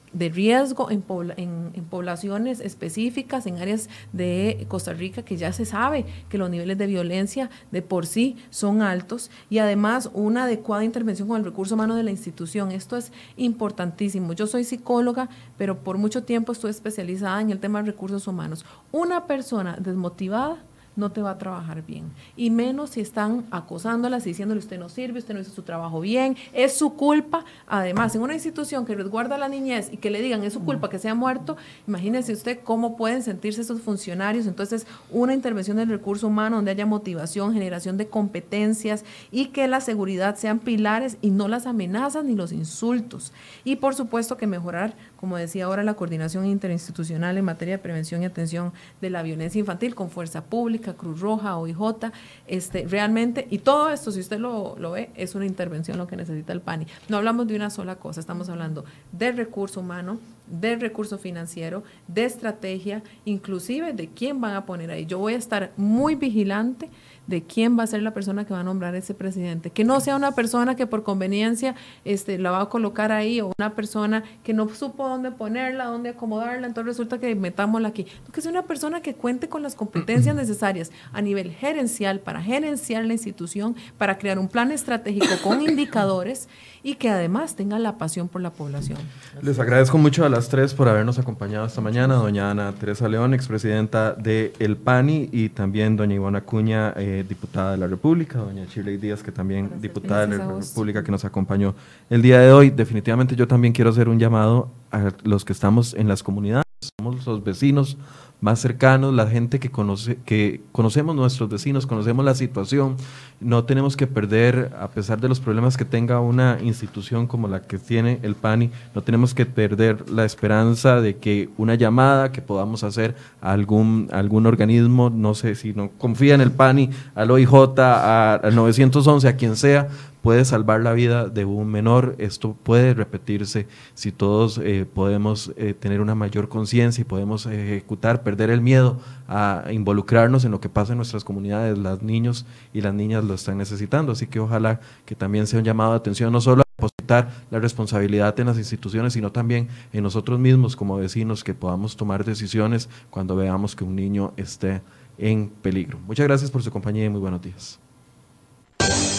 de riesgo en, pobla, en, en poblaciones específicas, en áreas de Costa Rica que ya se sabe que los niveles de violencia de por sí son altos, y además una adecuada intervención con el recurso humano de la institución. Esto es importantísimo. Yo soy psicóloga, pero por mucho tiempo estuve especializada en el tema de recursos humanos. Una persona desmotivada no te va a trabajar bien, y menos si están acosándolas y diciéndole usted no sirve, usted no hizo su trabajo bien, es su culpa. Además, en una institución que resguarda la niñez y que le digan es su culpa que se ha muerto, imagínese usted cómo pueden sentirse esos funcionarios. Entonces, una intervención del recurso humano donde haya motivación, generación de competencias, y que la seguridad sean pilares y no las amenazas ni los insultos. Y por supuesto que mejorar, como decía ahora, la coordinación interinstitucional en materia de prevención y atención de la violencia infantil con Fuerza Pública, Cruz Roja, O I J, este, realmente, y todo esto, si usted lo, lo ve, es una intervención lo que necesita el PANI. No hablamos de una sola cosa, estamos hablando de recurso humano, de recurso financiero, de estrategia, inclusive de quién van a poner ahí. Yo voy a estar muy vigilante de quién va a ser la persona que va a nombrar ese presidente, que no sea una persona que por conveniencia este, la va a colocar ahí, o una persona que no supo dónde ponerla, dónde acomodarla, entonces resulta que metámosla aquí. Que sea una persona que cuente con las competencias necesarias a nivel gerencial, para gerenciar la institución, para crear un plan estratégico con indicadores, y que además tenga la pasión por la población. Les agradezco mucho a las tres por habernos acompañado esta mañana, doña Ana Teresa León, expresidenta de el PANI, y también doña Ivonne Acuña, eh, diputada de la República, doña Shirley Díaz, que también Gracias. diputada Gracias de la República, que nos acompañó el día de hoy. Definitivamente yo también quiero hacer un llamado a los que estamos en las comunidades, somos los vecinos más cercanos, la gente que conoce, que conocemos nuestros vecinos, conocemos la situación. No tenemos que perder, a pesar de los problemas que tenga una institución como la que tiene el PANI, no tenemos que perder la esperanza de que una llamada que podamos hacer a algún, a algún organismo, no sé si no confía en el PANI, al O I J, al nueve once, a quien sea, puede salvar la vida de un menor. Esto puede repetirse si todos eh, podemos eh, tener una mayor conciencia y podemos ejecutar, perder el miedo a involucrarnos en lo que pasa en nuestras comunidades. Los niños y las niñas lo están necesitando, así que ojalá que también sea un llamado de atención, no solo a depositar la responsabilidad en las instituciones, sino también en nosotros mismos como vecinos, que podamos tomar decisiones cuando veamos que un niño esté en peligro. Muchas gracias por su compañía y muy buenos días.